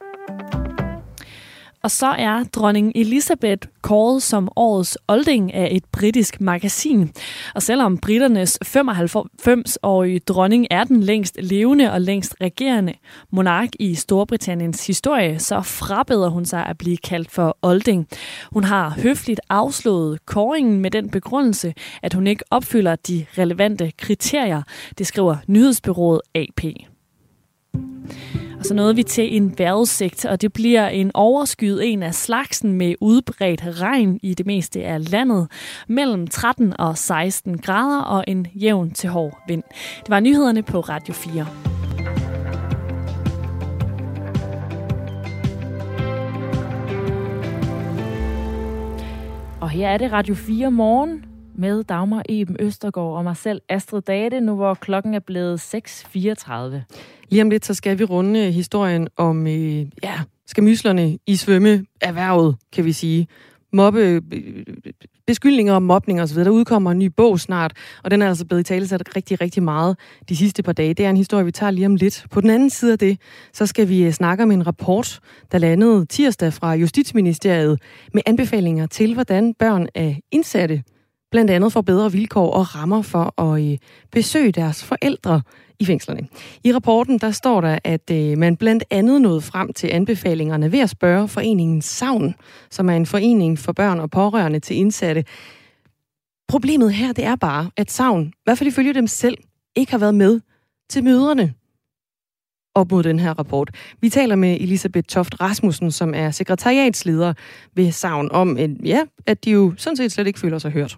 Og så er dronning Elizabeth kåret som årets olding af et britisk magasin. Og selvom britternes femoghalvfems-årige dronning er den længst levende og længst regerende monark i Storbritanniens historie, så frabeder hun sig at blive kaldt for olding. Hun har høfligt afslået kåringen med den begrundelse, at hun ikke opfylder de relevante kriterier. Det skriver nyhedsbureauet A P. Så nåede vi til en vejrudsigt, og det bliver en overskyet en af slagsen med udbredt regn i det meste af landet, mellem tretten og seksten grader og en jævn til hård vind. Det var nyhederne på Radio fire. Og her er det Radio fire morgen med Dagmar Eben Østergaard og mig selv, Astrid Date, nu hvor klokken er blevet seks fireogtredive. Lige om lidt, så skal vi runde historien om øh, ja, skamyslerne i svømmeerhvervet, kan vi sige. Mobbe, beskyldninger om mobning og så videre. Der udkommer en ny bog snart, og den er altså blevet italesat rigtig, rigtig meget de sidste par dage. Det er en historie, vi tager lige om lidt. På den anden side af det, så skal vi snakke om en rapport, der landede tirsdag fra Justitsministeriet med anbefalinger til, hvordan børn af indsatte blandt andet får bedre vilkår og rammer for at øh, besøge deres forældre i fængslerne. I rapporten der står der, at øh, man blandt andet nåede frem til anbefalingerne ved at spørge foreningen Savn, som er en forening for børn og pårørende til indsatte. Problemet her, det er bare, at Savn, i hvert fald ifølge dem selv, ikke har været med til møderne op mod den her rapport. Vi taler med Elisabeth Toft Rasmussen, som er sekretariatsleder ved Savn, om ja, at de jo sådan set slet ikke føler sig hørt.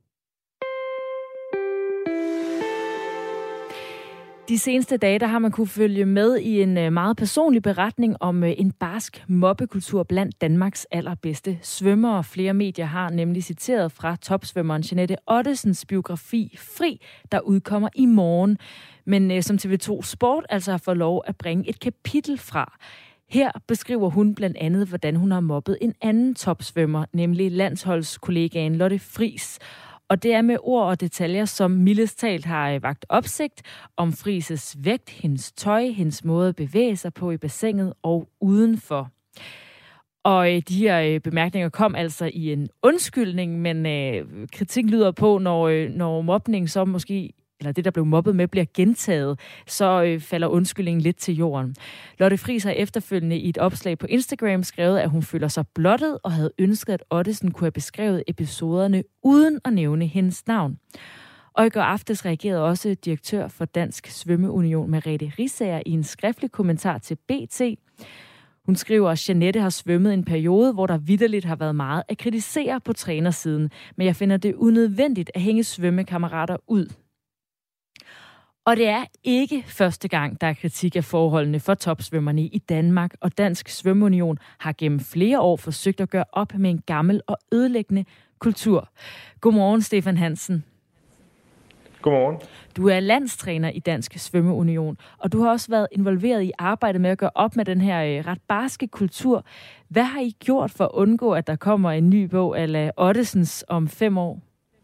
De seneste dage, der har man kunne følge med i en meget personlig beretning om en barsk mobbekultur blandt Danmarks allerbedste svømmere. Flere medier har nemlig citeret fra topsvømmeren Jeanette Ottesens biografi Fri, der udkommer i morgen. Men som T V to Sport altså har fået lov at bringe et kapitel fra. Her beskriver hun blandt andet, hvordan hun har mobbet en anden topsvømmer, nemlig landsholdskollegaen Lotte Friis. Og det er med ord og detaljer, som mildest talt har vagt opsigt om Friis' vægt, hendes tøj, hendes måde at bevæge sig på i bassinet og udenfor. Og de her bemærkninger kom altså i en undskyldning, men øh, kritik lyder på, når, øh, når mobning så måske, eller det, der blev mobbet med, bliver gentaget, så øh, falder undskyldningen lidt til jorden. Lotte Friis har efterfølgende i et opslag på Instagram skrevet, at hun føler sig blottet og havde ønsket, at Ottesen kunne have beskrevet episoderne uden at nævne hendes navn. Og i går aftes reagerede også direktør for Dansk Svømmeunion, Merete Risager, i en skriftlig kommentar til B T. Hun skriver, at Jeanette har svømmet en periode, hvor der vitterligt har været meget at kritisere på trænersiden, men jeg finder det unødvendigt at hænge svømmekammerater ud. Og det er ikke første gang, der er kritik af forholdene for topsvømmerne i Danmark, og Dansk Svømmeunion har gennem flere år forsøgt at gøre op med en gammel og ødelæggende kultur. Godmorgen, Stefan Hansen. Godmorgen. Du er landstræner i Dansk Svømmeunion, og du har også været involveret i arbejdet med at gøre op med den her ret barske kultur. Hvad har I gjort for at undgå, at der kommer en ny bog a la Ottesens om fem år?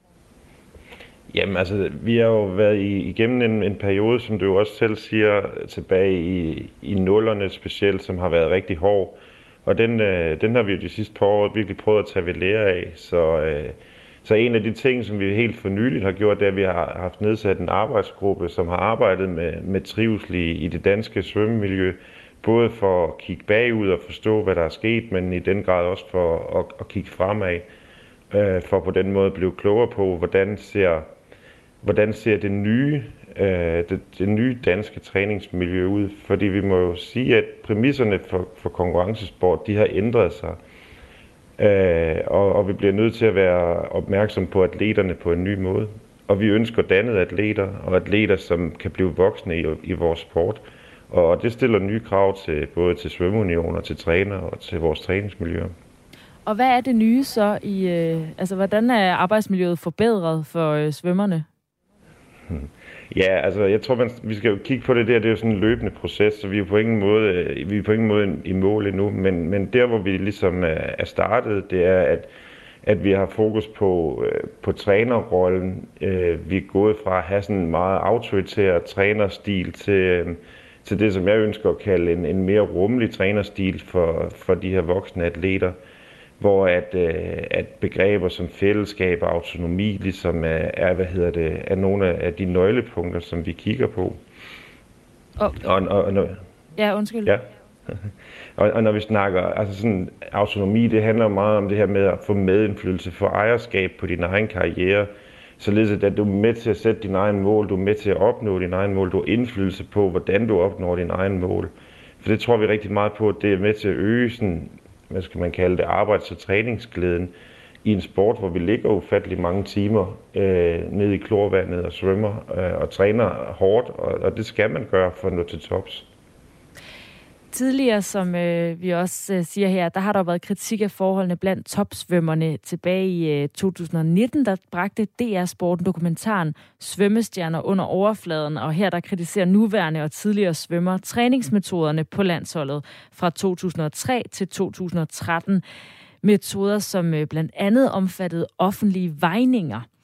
Jamen altså, vi har jo været igennem en, en periode, som du også selv siger, tilbage i, i nullerne specielt, som har været rigtig hård. Og den, øh, den har vi jo de sidste par år virkelig prøvet at tage ved lære af. Så, øh, så en af de ting, som vi helt for nyligt har gjort, det er, at vi har haft nedsat en arbejdsgruppe, som har arbejdet med, med trivsel i, i det danske svømmemiljø. Både for at kigge bagud og forstå, hvad der er sket, men i den grad også for at, at kigge fremad. Øh, for på den måde at blive klogere på, hvordan ser... Hvordan ser det nye, øh, det, det nye danske træningsmiljø ud? Fordi vi må jo sige, at præmisserne for, for konkurrencesport, de har ændret sig. Øh, og, og vi bliver nødt til at være opmærksom på atleterne på en ny måde. Og vi ønsker dannede atleter, og atleter, som kan blive voksne i, i vores sport. Og det stiller nye krav til både til svømmeunioner, til trænere og til vores træningsmiljøer. Og hvad er det nye så i, øh, altså hvordan er arbejdsmiljøet forbedret for øh, svømmerne? Ja, altså jeg tror, man, vi skal jo kigge på det der, det er jo sådan en løbende proces, så vi er på ingen måde, vi er på ingen måde i mål endnu, men, men der, hvor vi ligesom er startet, det er, at, at vi har fokus på, på trænerrollen. Vi er gået fra at have sådan en meget autoritær trænerstil til, til det, som jeg ønsker at kalde en, en mere rummelig trænerstil for, for de her voksne atleter, hvor at, at begreber som fællesskab og autonomi ligesom er, er, hvad hedder det, er nogle af de nøglepunkter, som vi kigger på. Oh. Og, og, og, når, ja, undskyld. Ja. og, og når vi snakker, altså sådan autonomi, det handler meget om det her med at få medindflydelse, få ejerskab på din egen karriere, således at du er med til at sætte din egen mål, du er med til at opnå din egen mål, du har indflydelse på, hvordan du opnår din egen mål. For det tror vi rigtig meget på, at det er med til at øge sådan, hvad skal man kalde det, arbejds- og træningsglæden i en sport, hvor vi ligger ufattelig mange timer øh, nede i klorvandet og svømmer øh, og træner hårdt, og, og det skal man gøre for at nå til tops. Tidligere, som øh, vi også øh, siger her, der har der været kritik af forholdene blandt topsvømmerne. Tilbage i øh, to tusind nitten, der bragte D R Sporten dokumentaren Svømmestjerner under overfladen, og her der kritiserer nuværende og tidligere svømmer træningsmetoderne på landsholdet fra to tusind og tre til to tusind og tretten. Metoder, som øh, blandt andet omfattede offentlige vejninger.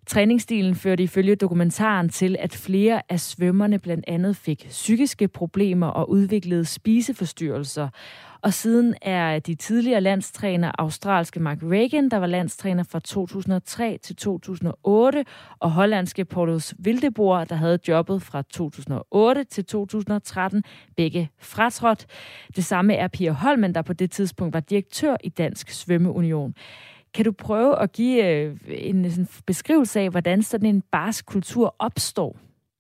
Træningsstilen førte ifølge dokumentaren til, at flere af svømmerne blandt andet fik psykiske problemer og udviklede spiseforstyrrelser. Og siden er de tidligere landstræner australske Mark Regan, der var landstræner fra to tusind og tre til to tusind og otte, og hollandske Paulus Wildeboer, der havde jobbet fra to tusind og otte til to tusind og tretten, begge fratrådt. Det samme er Pia Holmen, der på det tidspunkt var direktør i Dansk Svømmeunion. Kan du prøve at give en, en beskrivelse af, hvordan sådan en barsk kultur opstår?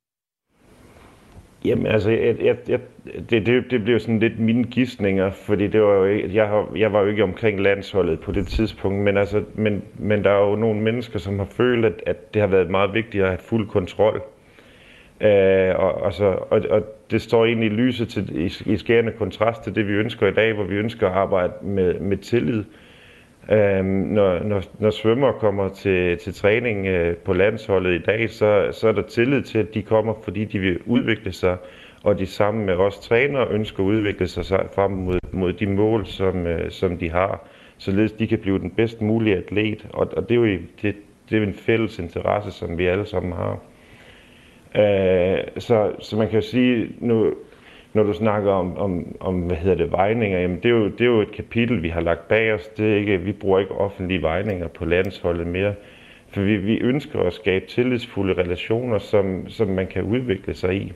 Jamen altså, jeg, jeg, jeg, det, det, det blev sådan lidt mine gidsninger, fordi det var jo ikke, jeg, har, jeg var jo ikke omkring landsholdet på det tidspunkt, men, altså, men, men der er jo nogle mennesker, som har følt, at, at det har været meget vigtigt at have fuld kontrol. Øh, og, altså, og, og det står egentlig i lyset til, i, i skærende kontrast til det, vi ønsker i dag, hvor vi ønsker at arbejde med, med tillid. Øh, når, når, når svømmer kommer til, til træning øh, på landsholdet i dag, så, så er der tillid til, at de kommer, fordi de vil udvikle sig, og de sammen med os trænere ønsker at udvikle sig frem mod, mod de mål, som, øh, som de har, således de kan blive den bedst mulige atlet, og, og det er jo det, det er en fælles interesse, som vi alle sammen har. Øh, så, så man kan jo sige, nu, når du snakker om, om, om hvad hedder det, vejninger, jamen det er, jo, det er jo et kapitel, vi har lagt bag os. Det er ikke, vi bruger ikke offentlige vejninger på landsholdet mere, for vi, vi ønsker at skabe tillidsfulde relationer, som, som man kan udvikle sig i.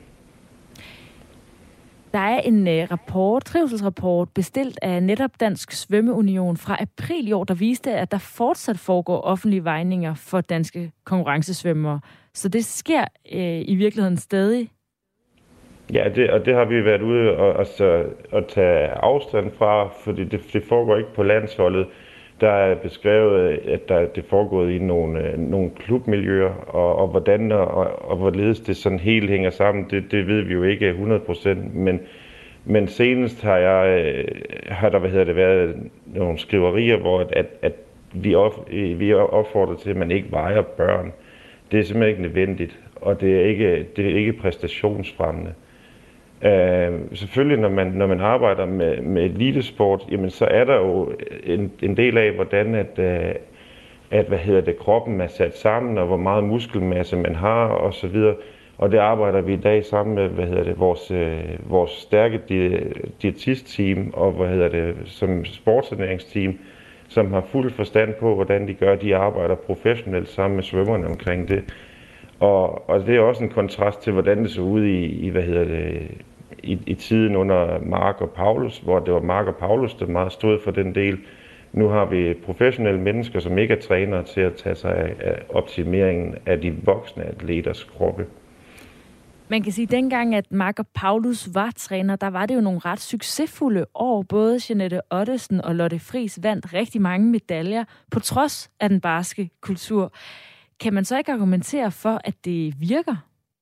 Der er en uh, rapport, trivselsrapport, bestilt af netop Dansk Svømmeunion fra april i år, der viste, at der fortsat foregår offentlige vejninger for danske konkurrencesvømmere. Så det sker uh, i virkeligheden stadig. Ja, det, og det har vi været ude og, og, og tage afstand fra, fordi det, det foregår ikke på landsholdet. Der er beskrevet, at der, det foregår i nogle, nogle klubmiljøer, og, og hvordan og, og hvorledes det sådan helt hænger sammen, det, det ved vi jo ikke hundrede procent. Men, men senest har, jeg, har der hvad hedder det, været nogle skriverier, hvor at, at vi, op, vi er opfordret til, at man ikke vejer børn. Det er simpelthen ikke nødvendigt, og det er ikke, det er ikke præstationsfremmende. Uh, selvfølgelig, når man, når man arbejder med, med elitesport, jamen, så er der jo en, en del af, hvordan at, uh, at hvad hedder det, kroppen er sat sammen, og hvor meget muskelmasse man har, og så videre. Og det arbejder vi i dag sammen med, hvad hedder det, vores, uh, vores stærke diætistteam, og hvad hedder det, som sportsernæringsteam, som har fuld forstand på, hvordan de gør. De arbejder professionelt sammen med svømmerne omkring det. Og, og det er også en kontrast til, hvordan det så ud i, i hvad hedder det, i, i tiden under Mark og Paulus, hvor det var Mark og Paulus, der meget stod for den del. Nu har vi professionelle mennesker, som ikke er trænere til at tage sig af, af optimeringen af de voksne atleters kroppe. Man kan sige, at dengang, at Mark og Paulus var træner, der var det jo nogle ret succesfulde år. Både Jeanette Ottesen og Lotte Friis vandt rigtig mange medaljer, på trods af den barske kultur. Kan man så ikke argumentere for, at det virker?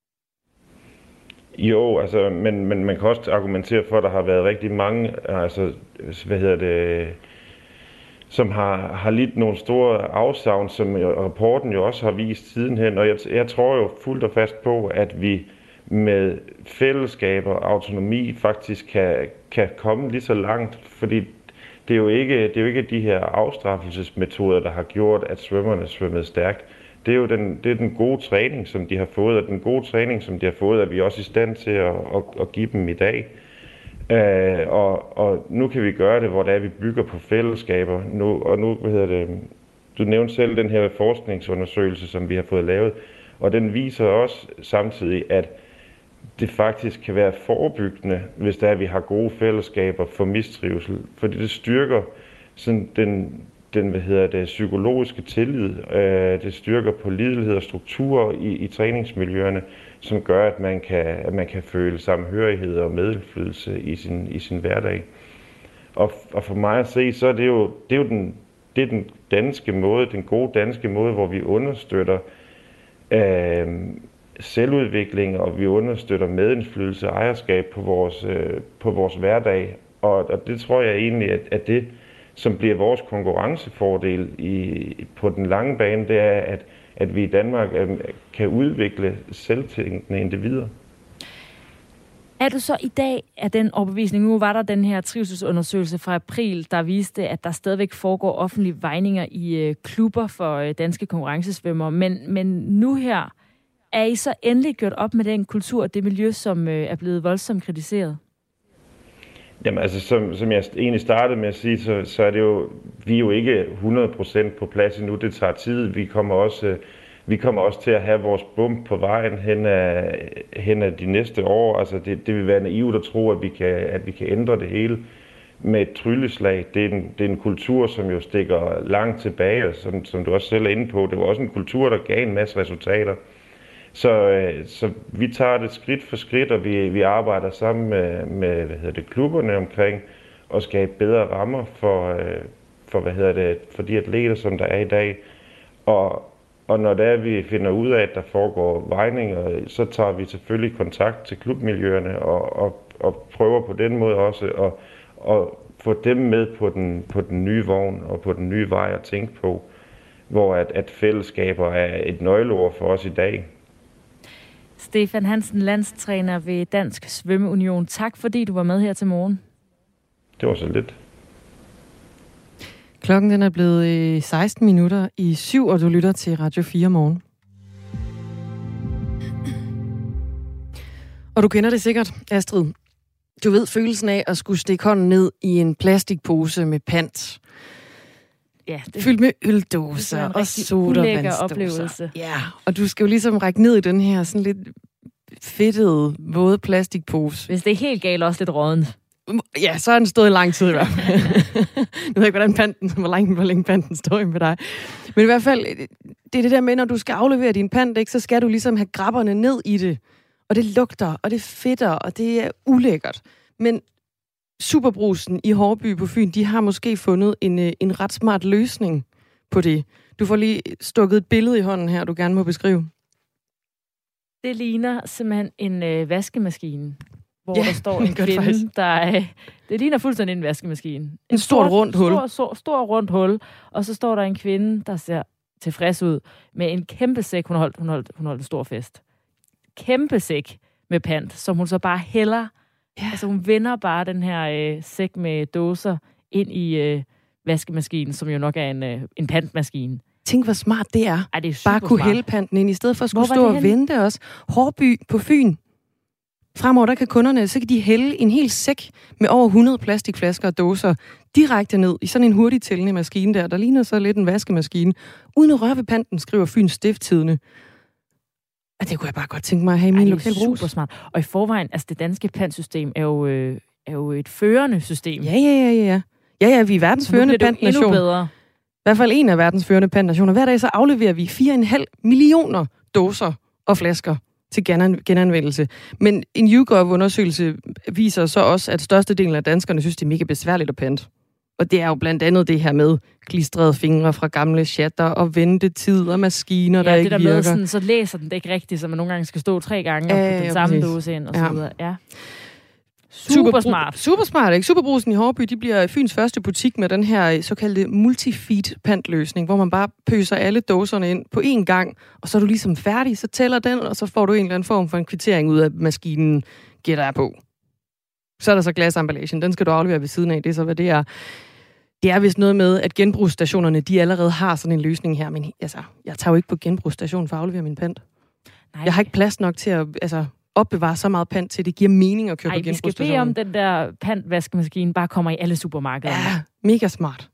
Jo, altså, men, men man kan også argumentere for, at der har været rigtig mange, altså, hvad hedder det, som har, har lidt nogle store afsavn, som rapporten jo også har vist sidenhen. Og jeg, jeg tror jo fuldt og fast på, at vi med fællesskaber og autonomi faktisk kan, kan komme lige så langt, fordi det er jo ikke, det er jo ikke de her afstraffelsesmetoder, der har gjort, at svømmerne svømmede stærkt. Det er jo den, det er den gode træning, som de har fået, og den gode træning, som de har fået, er vi også i stand til at, at, at give dem i dag. Uh, og, og nu kan vi gøre det, hvor det er, vi bygger på fællesskaber. Nu, og nu, hvad hedder det, du nævnte selv den her forskningsundersøgelse, som vi har fået lavet, og den viser også samtidig, at det faktisk kan være forebyggende, hvis det er, at vi har gode fællesskaber for mistrivsel, fordi det styrker sådan den den hvad hedder det, psykologiske tillid, øh, det styrker pålidelighed og strukturer i, i træningsmiljøerne, som gør, at man kan, at man kan føle samhørighed og medindflydelse i sin, i sin hverdag. Og, og for mig at se, så er det jo, det er jo den, det er den danske måde, den gode danske måde, hvor vi understøtter øh, selvudvikling, og vi understøtter medindflydelse og ejerskab på vores, øh, på vores hverdag. Og, og det tror jeg egentlig, at, at det, som bliver vores konkurrencefordel i, på den lange bane, det er, at, at vi i Danmark kan udvikle selvtænkende individer. Er du så i dag af den overbevisning? Nu var der den her trivselsundersøgelse fra april, der viste, at der stadigvæk foregår offentlige vejninger i øh, klubber for øh, danske konkurrencesvømmere. Men, men nu her, er I så endelig gjort op med den kultur og det miljø, som øh, er blevet voldsomt kritiseret? Jamen altså, som, som jeg egentlig startede med at sige, så, så er det jo, vi er jo ikke hundrede procent på plads endnu. Det tager tid. Vi kommer også, vi kommer også til at have vores bump på vejen hen af, hen af de næste år. Altså, det, det vil være naivt at tro, at vi kan, at vi kan ændre det hele med et trylleslag. Det er en, det er en kultur, som jo stikker langt tilbage, og som, som du også selv er inde på. Det var også en kultur, der gav en masse resultater. Så, så vi tager det skridt for skridt, og vi, vi arbejder sammen med, med hvad hedder det, klubberne omkring at skabe bedre rammer for, for, hvad hedder det, for de atleter, som der er i dag. Og, og når det er, vi finder ud af, at der foregår vejninger, så tager vi selvfølgelig kontakt til klubmiljøerne og, og, og prøver på den måde også at, at få dem med på den, på den nye vogn og på den nye vej at tænke på, hvor at, at fællesskaber er et nøgleord for os i dag. Stefan Hansen, landstræner ved Dansk Svømmeunion. Tak fordi du var med her til morgen. Det var så lidt. Klokken den er blevet seksten minutter i syv, og du lytter til Radio fire morgen. Og du kender det sikkert, Astrid. Du ved følelsen af at skulle stikke hånden ned i en plastikpose med pant. Ja, det, fyldt med øldåser og sodavandsdåser. Ja, og du skal jo ligesom række ned i den her sådan lidt fedtede, våde plastikpose. Hvis det er helt galt, også lidt rådden. Ja, så har den stået i lang tid i hvert fald. Nu ved jeg ikke, hvordan panten, hvor længe, hvor længe panten står med dig. Men i hvert fald, det er det der med, når du skal aflevere din pant, ikke, så skal du ligesom have grabberne ned i det. Og det lugter, og det fedter, og det er ulækkert. Men Superbrugsen i Haarby på Fyn, de har måske fundet en, en ret smart løsning på det. Du får lige stukket et billede i hånden her, du gerne må beskrive. Det ligner simpelthen en øh, vaskemaskine, hvor ja, der står en kvinde, der er... Det ligner fuldstændig en vaskemaskine. En, en stort rundt hul. Stor, stor, stor rundt hul, og så står der en kvinde, der ser tilfreds ud, med en kæmpe sæk. Hun holdt, hun holdt, hun holdt en stor fest. Kæmpe sæk med pant, som hun så bare hælder. Ja. Altså hun vender bare den her øh, sæk med dåser ind i øh, vaskemaskinen, som jo nok er en, øh, en pantmaskine. Tænk, hvor smart det er. Ej, det er bare kunne hælde panten ind, i stedet for at skulle stå og henne? vente os. Haarby på Fyn. Fremover, der kan kunderne, så kan de hælde en hel sæk med over hundrede plastikflasker og dåser direkte ned i sådan en hurtigt tællende maskine der, der ligner så lidt en vaskemaskine. Uden at røre ved panten, skriver Fyns Stiftstidende. Og det kunne jeg bare godt tænke mig at have i min lokale brug. Super smart. Og i forvejen, altså det danske pantsystem er jo, øh, er jo et førende system. Ja, ja, ja, ja. Ja, ja, vi er verdens førende pantnation. Endnu bedre. I hvert fald en af verdens førende pantnationer. Hver dag så afleverer vi fire komma fem millioner dåser og flasker til genanvendelse. Men en YouGov-undersøgelse viser så også, at størstedelen af danskerne synes, det er mega besværligt at pante. Og det er jo blandt andet det her med klistrede fingre fra gamle chatter og ventetid og maskiner, ja, der ikke der virker. Med sådan, så læser den det ikke rigtigt, så man nogle gange skal stå tre gange og putte den samme dåse ind og ja. så videre. Ja. Super smart. Super smart, ikke? Superbrugsen i Haarby, de bliver Fyns første butik med den her såkaldte multi-feed pantløsning, hvor man bare pøser alle dåserne ind på én gang, og så er du ligesom færdig, så tæller den, og så får du en eller anden form for en kvittering ud af maskinen, gætter jeg på. Så er der så glasemballagen, den skal du aflevere ved siden af, det er så, hvad det er. Det er vist noget med, at genbrugsstationerne, de allerede har sådan en løsning her, men altså, jeg tager jo ikke på genbrugsstationen for at aflevere min pant. Nej. Jeg har ikke plads nok til at altså, opbevare så meget pant til, det giver mening at købe på genbrugsstationen. Nej, vi skal bede om, den der pantvaskemaskine bare kommer i alle supermarkeder. Ja, mega smart.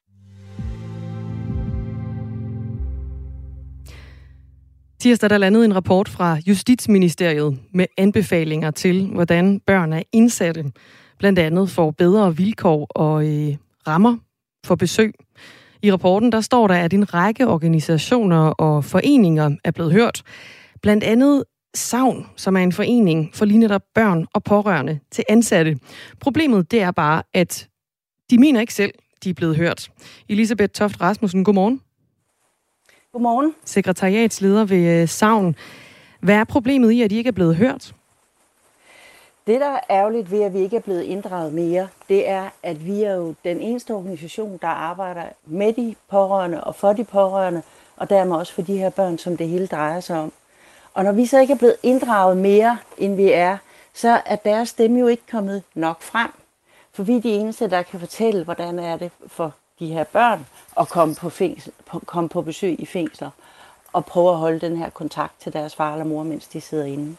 Tirsdag der landede en rapport fra Justitsministeriet med anbefalinger til, hvordan børn af indsatte blandt andet får bedre vilkår og øh, rammer for besøg. I rapporten der står der, at en række organisationer og foreninger er blevet hørt. Blandt andet Savn, som er en forening for lige netop børn og pårørende til ansatte. Problemet det er bare, at de mener ikke selv, de er blevet hørt. Elisabeth Toft Rasmussen, godmorgen. Godmorgen. Sekretariatsleder ved Savn. Hvad er problemet i, at de ikke er blevet hørt? Det, der er ærgerligt ved, at vi ikke er blevet inddraget mere, det er, at vi er jo den eneste organisation, der arbejder med de pårørende og for de pårørende, og dermed også for de her børn, som det hele drejer sig om. Og når vi så ikke er blevet inddraget mere, end vi er, så er deres stemme jo ikke kommet nok frem. For vi er de eneste, der kan fortælle, hvordan er det for de her børn at komme på, fængsel, på, komme på besøg i fængsler og prøve at holde den her kontakt til deres far eller mor, mens de sidder inde.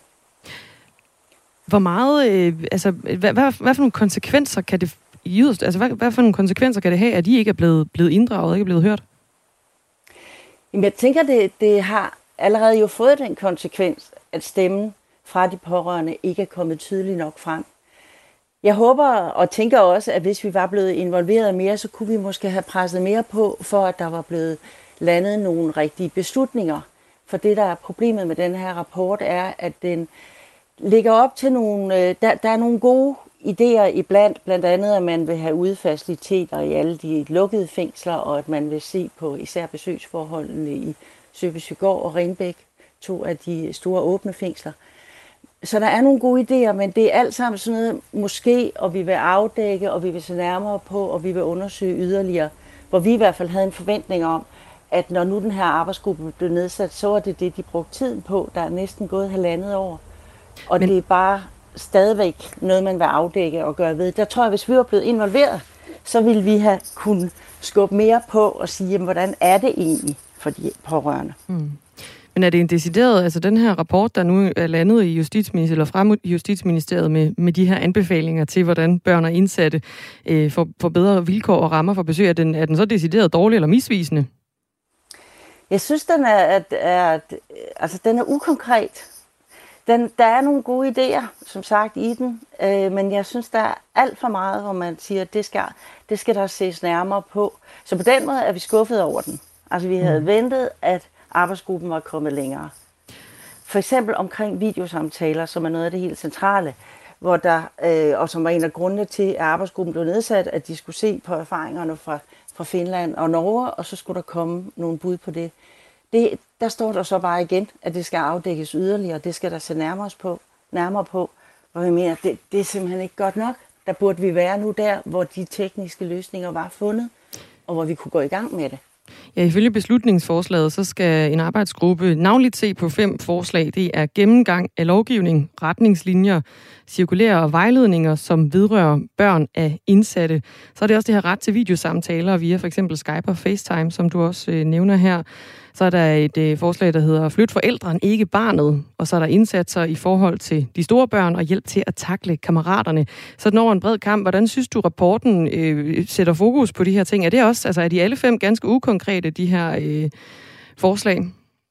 Hvor meget, øh, altså, hvad, hvad, hvad for nogle konsekvenser kan det just, altså, hvad, hvad for nogle konsekvenser kan det have, at de ikke er blevet, blevet inddraget og ikke er blevet hørt? Jamen, jeg tænker, det, det har allerede jo fået den konsekvens, at stemmen fra de pårørende ikke er kommet tydeligt nok frem. Jeg håber og tænker også, at hvis vi var blevet involveret mere, så kunne vi måske have presset mere på, for at der var blevet landet nogle rigtige beslutninger. For det, der er problemet med den her rapport, er, at den ligger op til nogle, der, der er nogle gode idéer iblandt, blandt andet, at man vil have udfaciliteter i alle de lukkede fængsler, og at man vil se på især besøgsforholdene i Søbysøgård og Ringbæk, to af de store åbne fængsler. Så der er nogle gode idéer, men det er alt sammen sådan noget måske, og vi vil afdække, og vi vil se nærmere på, og vi vil undersøge yderligere, hvor vi i hvert fald havde en forventning om, at når nu den her arbejdsgruppe blev nedsat, så var det det, de brugte tiden på. Der er næsten gået halvandet år. Og men det er bare stadigvæk noget, man vil afdække og gøre ved. Der tror jeg, hvis vi var blevet involveret, så ville vi have kunnet skubbe mere på og sige, jamen, hvordan er det egentlig for de pårørende. Mm. Men er det en decideret, altså den her rapport, der nu er landet i Justitsministeriet, eller frem i Justitsministeriet med, med de her anbefalinger til, hvordan børn og indsatte øh, får, får bedre vilkår og rammer for besøg, er den, er den så decideret dårlig eller misvisende? Jeg synes, den er, at, at, altså, den er ukonkret. Den, der er nogle gode idéer, som sagt, i den, øh, men jeg synes, der er alt for meget, hvor man siger, at det skal, det skal der ses nærmere på. Så på den måde er vi skuffet over den. Altså, vi havde mm. ventet, at arbejdsgruppen var kommet længere. For eksempel omkring videosamtaler, som er noget af det helt centrale, hvor der, øh, og som var en af grundene til, at arbejdsgruppen blev nedsat, at de skulle se på erfaringerne fra, fra Finland og Norge, og så skulle der komme nogle bud på det. det. Der står der så bare igen, at det skal afdækkes yderligere, det skal der se nærmere på, nærmere på, hvor vi mener, det, det er simpelthen ikke godt nok. Der burde vi være nu der, hvor de tekniske løsninger var fundet, og hvor vi kunne gå i gang med det. Ja, ifølge beslutningsforslaget, så skal en arbejdsgruppe navnligt se på fem forslag. Det er gennemgang af lovgivning, retningslinjer, cirkulære og vejledninger, som vedrører børn af indsatte. Så er det også det her ret til videosamtaler via for eksempel Skype og FaceTime, som du også øh, nævner her. Så er der et øh, forslag, der hedder flyt forældren, ikke barnet. Og så er der indsatser i forhold til de store børn og hjælp til at takle kammeraterne. Så den over en bred kamp. Hvordan synes du, rapporten øh, sætter fokus på de her ting? Er det også, altså er de alle fem ganske ukonkrete, de her øh, forslag?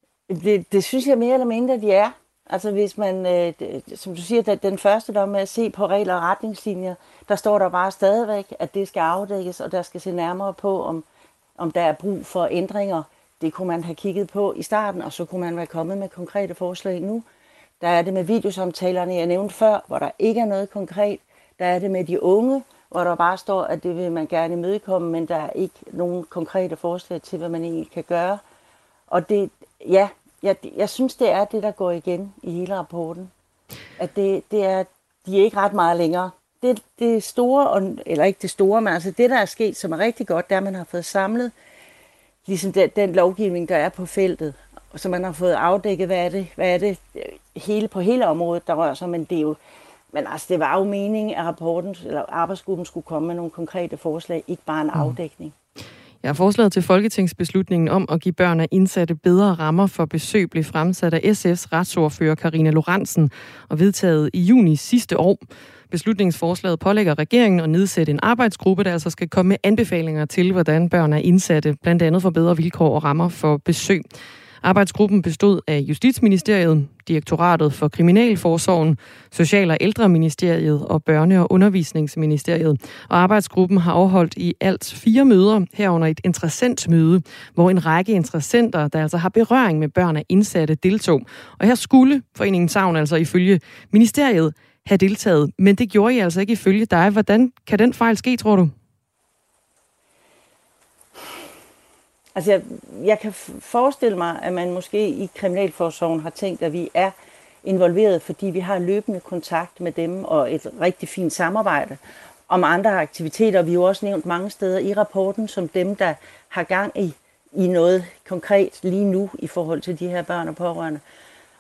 Det, det synes jeg mere eller mindre, de er. Altså hvis man, øh, som du siger, den første der med at se på regler og retningslinjer, der står der bare stadigvæk, at det skal afdækkes, og der skal se nærmere på, om, om der er brug for ændringer. Det kunne man have kigget på i starten, og så kunne man være kommet med konkrete forslag nu. Der er det med videosamtalerne, jeg nævnte før, hvor der ikke er noget konkret. Der er det med de unge, hvor der bare står, at det vil man gerne imødekomme, men der er ikke nogen konkrete forslag til, hvad man egentlig kan gøre. Og det, ja, jeg, jeg synes, det er det, der går igen i hele rapporten. At det, det er, de er ikke ret meget længere. Det, det store, eller ikke det store, men altså det, der er sket, som er rigtig godt, det er, at man har fået samlet ligesom den, den lovgivning, der er på feltet, så man har fået afdækket, hvad er det, hvad er det hele, på hele området, der rører sig, men det er jo, men altså, det var jo meningen, at rapporten, eller arbejdsgruppen skulle komme med nogle konkrete forslag, ikke bare en afdækning. Ja, forslaget til folketingsbeslutningen om at give børn af indsatte bedre rammer for besøg blev fremsat af S F's retsordfører Karina Lorentzen og vedtaget i juni sidste år. Beslutningsforslaget pålægger regeringen at nedsætte en arbejdsgruppe, der altså skal komme med anbefalinger til, hvordan børn af indsatte blandt andet får bedre vilkår og rammer for besøg. Arbejdsgruppen bestod af Justitsministeriet, Direktoratet for Kriminalforsorgen, Social- og Ældreministeriet og Børne- og Undervisningsministeriet. Og arbejdsgruppen har afholdt i alt fire møder, herunder et interessentmøde, hvor en række interessenter, der altså har berøring med børn af indsatte, deltog. Og her skulle Foreningen Savn altså ifølge ministeriet have deltaget, men det gjorde I altså ikke ifølge dig. Hvordan kan den fejl ske, tror du? Altså, jeg, jeg kan forestille mig, at man måske i Kriminalforsorgen har tænkt, at vi er involveret, fordi vi har løbende kontakt med dem og et rigtig fint samarbejde om andre aktiviteter. Vi har jo også nævnt mange steder i rapporten, som dem, der har gang i, i noget konkret lige nu i forhold til de her børn og pårørende.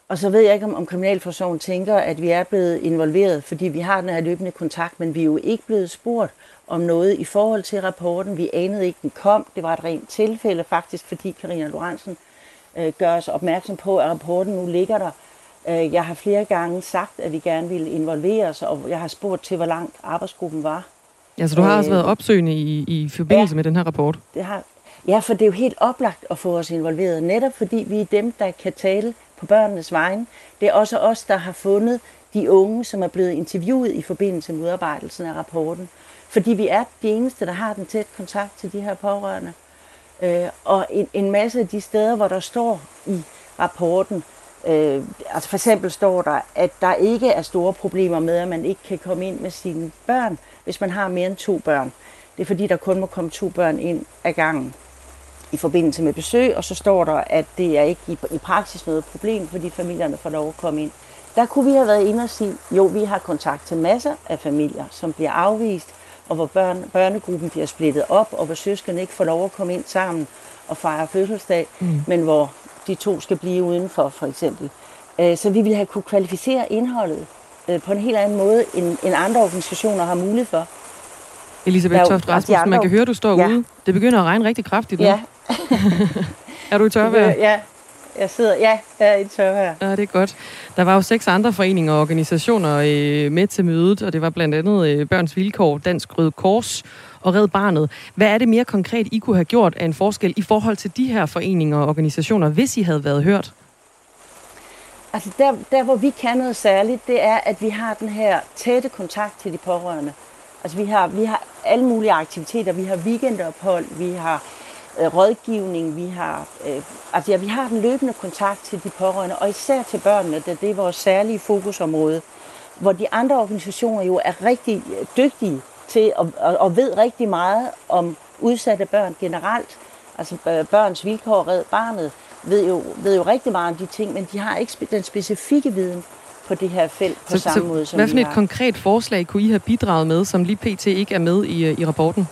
Og så ved jeg ikke, om, om Kriminalforsorgen tænker, at vi er blevet involveret, fordi vi har den her løbende kontakt, men vi er jo ikke blevet spurgt om noget i forhold til rapporten. Vi anede ikke, den kom. Det var et rent tilfælde, faktisk, fordi Karina Lorentzen øh, gør os opmærksom på, at rapporten nu ligger der. Øh, jeg har flere gange sagt, at vi gerne ville involvere os, og jeg har spurgt til, hvor langt arbejdsgruppen var. Ja, så du har øh, også været opsøgende i, i forbindelse ja, med den her rapport? Det har, ja, for det er jo helt oplagt at få os involveret, netop fordi vi er dem, der kan tale på børnenes vegne. Det er også os, der har fundet de unge, som er blevet interviewet i forbindelse med udarbejdelsen af rapporten. Fordi vi er de eneste, der har den tæt kontakt til de her pårørende. Øh, og en, en masse af de steder, hvor der står i rapporten, øh, altså for eksempel står der, at der ikke er store problemer med, at man ikke kan komme ind med sine børn, hvis man har mere end to børn. Det er fordi, der kun må komme to børn ind ad gangen i forbindelse med besøg, og så står der, at det er ikke i, i praksis noget problem, fordi familierne får lov at komme ind. Der kunne vi have været inde og sige, jo, vi har kontakt til masser af familier, som bliver afvist, og hvor børn, børnegruppen bliver splittet op, og hvor søskende ikke får lov at komme ind sammen og fejre fødselsdag, mm. men hvor de to skal blive udenfor, for eksempel. Så vi ville have kunne kvalificere indholdet på en helt anden måde, end, end andre organisationer har mulighed for. Elisabeth Toft Rasmussen, man kan høre, du står ja. ude. Det begynder at regne rigtig kraftigt nu. Ja. Er du i tørvejr? Ja, jeg sidder, ja, jeg er i tørvejr. Ja, det er godt. Der var jo seks andre foreninger og organisationer øh, med til mødet, og det var blandt andet øh, Børns Vilkår, Dansk Røde Kors og Red Barnet. Hvad er det mere konkret, I kunne have gjort af en forskel i forhold til de her foreninger og organisationer, hvis I havde været hørt? Altså der, der hvor vi kan noget særligt, det er, at vi har den her tætte kontakt til de pårørende. Altså vi har, vi har alle mulige aktiviteter, vi har weekendophold, vi har øh, rådgivning, vi har, øh, altså ja, vi har den løbende kontakt til de pårørende, og især til børnene, da det er vores særlige fokusområde, hvor de andre organisationer jo er rigtig dygtige til og, og, og ved rigtig meget om udsatte børn generelt. Altså Børns Vilkår, Red Barnet ved jo, ved jo rigtig meget om de ting, men de har ikke den specifikke viden på det her felt på så, samme så, måde, som hvad for vi et har. konkret forslag kunne I have bidraget med, som lige pt. Ikke er med i, i rapporten?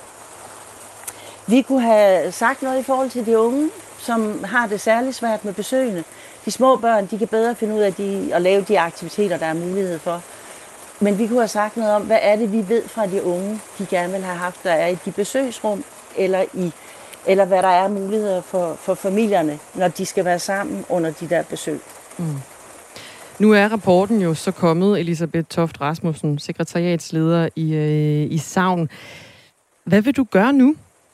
Vi kunne have sagt noget i forhold til de unge, som har det særligt svært med besøgende. De små børn, de kan bedre finde ud af de, at lave de aktiviteter, der er mulighed for. Men vi kunne have sagt noget om, hvad er det, vi ved fra de unge, de gerne vil have haft, der er i de besøgsrum, eller, i, eller hvad der er muligheder for, for familierne, når de skal være sammen under de der besøg. Mm. Nu er rapporten jo så kommet, Elisabeth Toft Rasmussen, sekretariatsleder i, øh, i Savn. Hvad vil du gøre nu?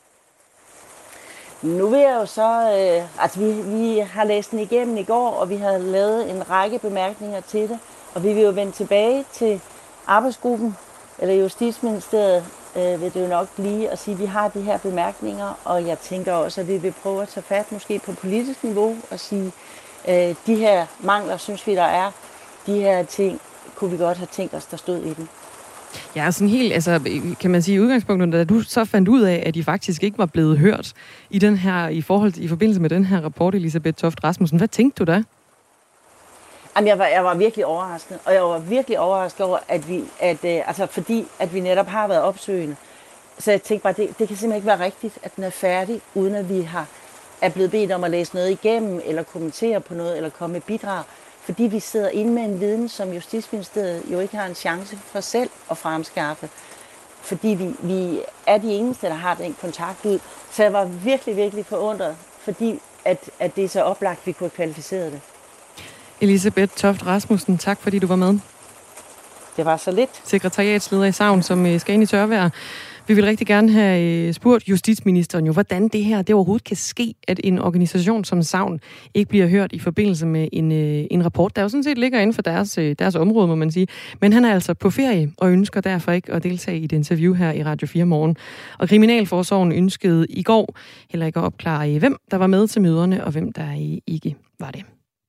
Nu vil jeg jo så... Øh, altså, vi, vi har læst den igennem i går, og vi har lavet en række bemærkninger til det. Og vi vil jo vende tilbage til arbejdsgruppen, eller Justitsministeriet, øh, vil det jo nok blive at sige, at vi har de her bemærkninger. Og jeg tænker også, at vi vil prøve at tage fat måske på politisk niveau og sige, øh, de her mangler, synes vi, der er. De her ting kunne vi godt have tænkt os, der stod i den. Ja, sådan helt, altså, kan man sige i udgangspunktet, da du så fandt ud af, at de faktisk ikke var blevet hørt i den her, i forhold i forbindelse med den her rapport, Elisabeth Toft Rasmussen. Hvad tænkte du da? Jamen, jeg var, jeg var virkelig overrasket, og jeg var virkelig overrasket over, at vi, at, øh, altså fordi, at vi netop har været opsøgende. Så jeg tænkte bare, det, det kan simpelthen ikke være rigtigt, at den er færdig, uden at vi har, er blevet bedt om at læse noget igennem, eller kommentere på noget, eller komme med bidrag. Fordi vi sidder inde med en viden, som Justitsministeriet jo ikke har en chance for selv at fremskaffe. Fordi vi, vi er de eneste, der har den kontakt ud. Så jeg var virkelig, virkelig forundret, fordi at, at det er så oplagt, vi kunne have kvalificeret det. Elisabeth Toft Rasmussen, tak fordi du var med. Det var så lidt. Sekretariatsleder i Savn, som skal ind i tørvejr. Vi vil rigtig gerne have spurgt justitsministeren jo, hvordan det her det overhovedet kan ske, at en organisation som Savn ikke bliver hørt i forbindelse med en, en rapport, der jo sådan set ligger inden for deres, deres område, må man sige. Men han er altså på ferie og ønsker derfor ikke at deltage i et interview her i Radio fire Morgen. Og Kriminalforsorgen ønskede i går heller ikke at opklare, hvem der var med til møderne og hvem der ikke var det.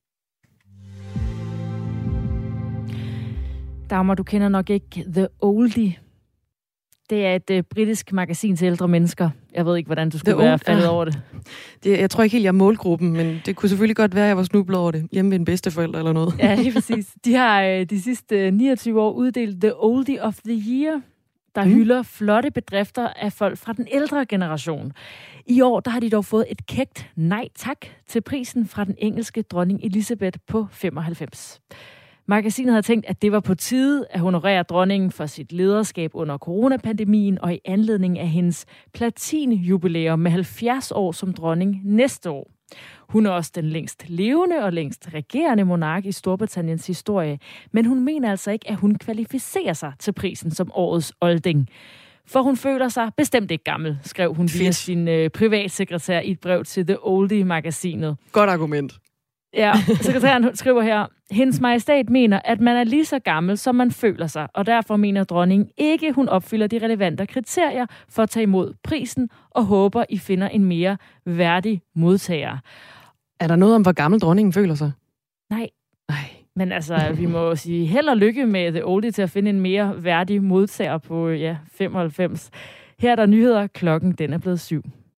Dagmar, du kender nok ikke The Oldie. Det er et øh, britisk magasin til ældre mennesker. Jeg ved ikke, hvordan du skulle The være old, faldet ja. over det. det. Jeg tror ikke helt, jeg er målgruppen, men det kunne selvfølgelig godt være, at jeg var snublet over det. Hjemme ved en bedsteforælder eller noget. Ja, lige præcis. De har øh, de sidste niogtyve år uddelt The Oldie of the Year der mm. hylder flotte bedrifter af folk fra den ældre generation. I år der har de dog fået et kægt nej tak til prisen fra den engelske dronning Elizabeth på femoghalvfems. Magasinet havde tænkt, at det var på tide at honorere dronningen for sit lederskab under coronapandemien og i anledning af hendes platinjubilæum med halvfjerds år som dronning næste år. Hun er også den længst levende og længst regerende monark i Storbritanniens historie, men hun mener altså ikke, at hun kvalificerer sig til prisen som årets olding. For hun føler sig bestemt ikke gammel, skrev hun via sin øh, privatsekretær i et brev til The Oldie-magasinet. Godt argument. Ja, sekretæren skriver her, hendes majestæt mener, at man er lige så gammel, som man føler sig, og derfor mener dronningen ikke, hun opfylder de relevante kriterier for at tage imod prisen, og håber, I finder en mere værdig modtager. Er der noget om, hvor gammel dronningen føler sig? Nej. Nej. Men altså, vi må sige held og lykke med The Oldie til at finde en mere værdig modtager på ja, femoghalvfems. Her er der nyheder. Klokken den er blevet syv.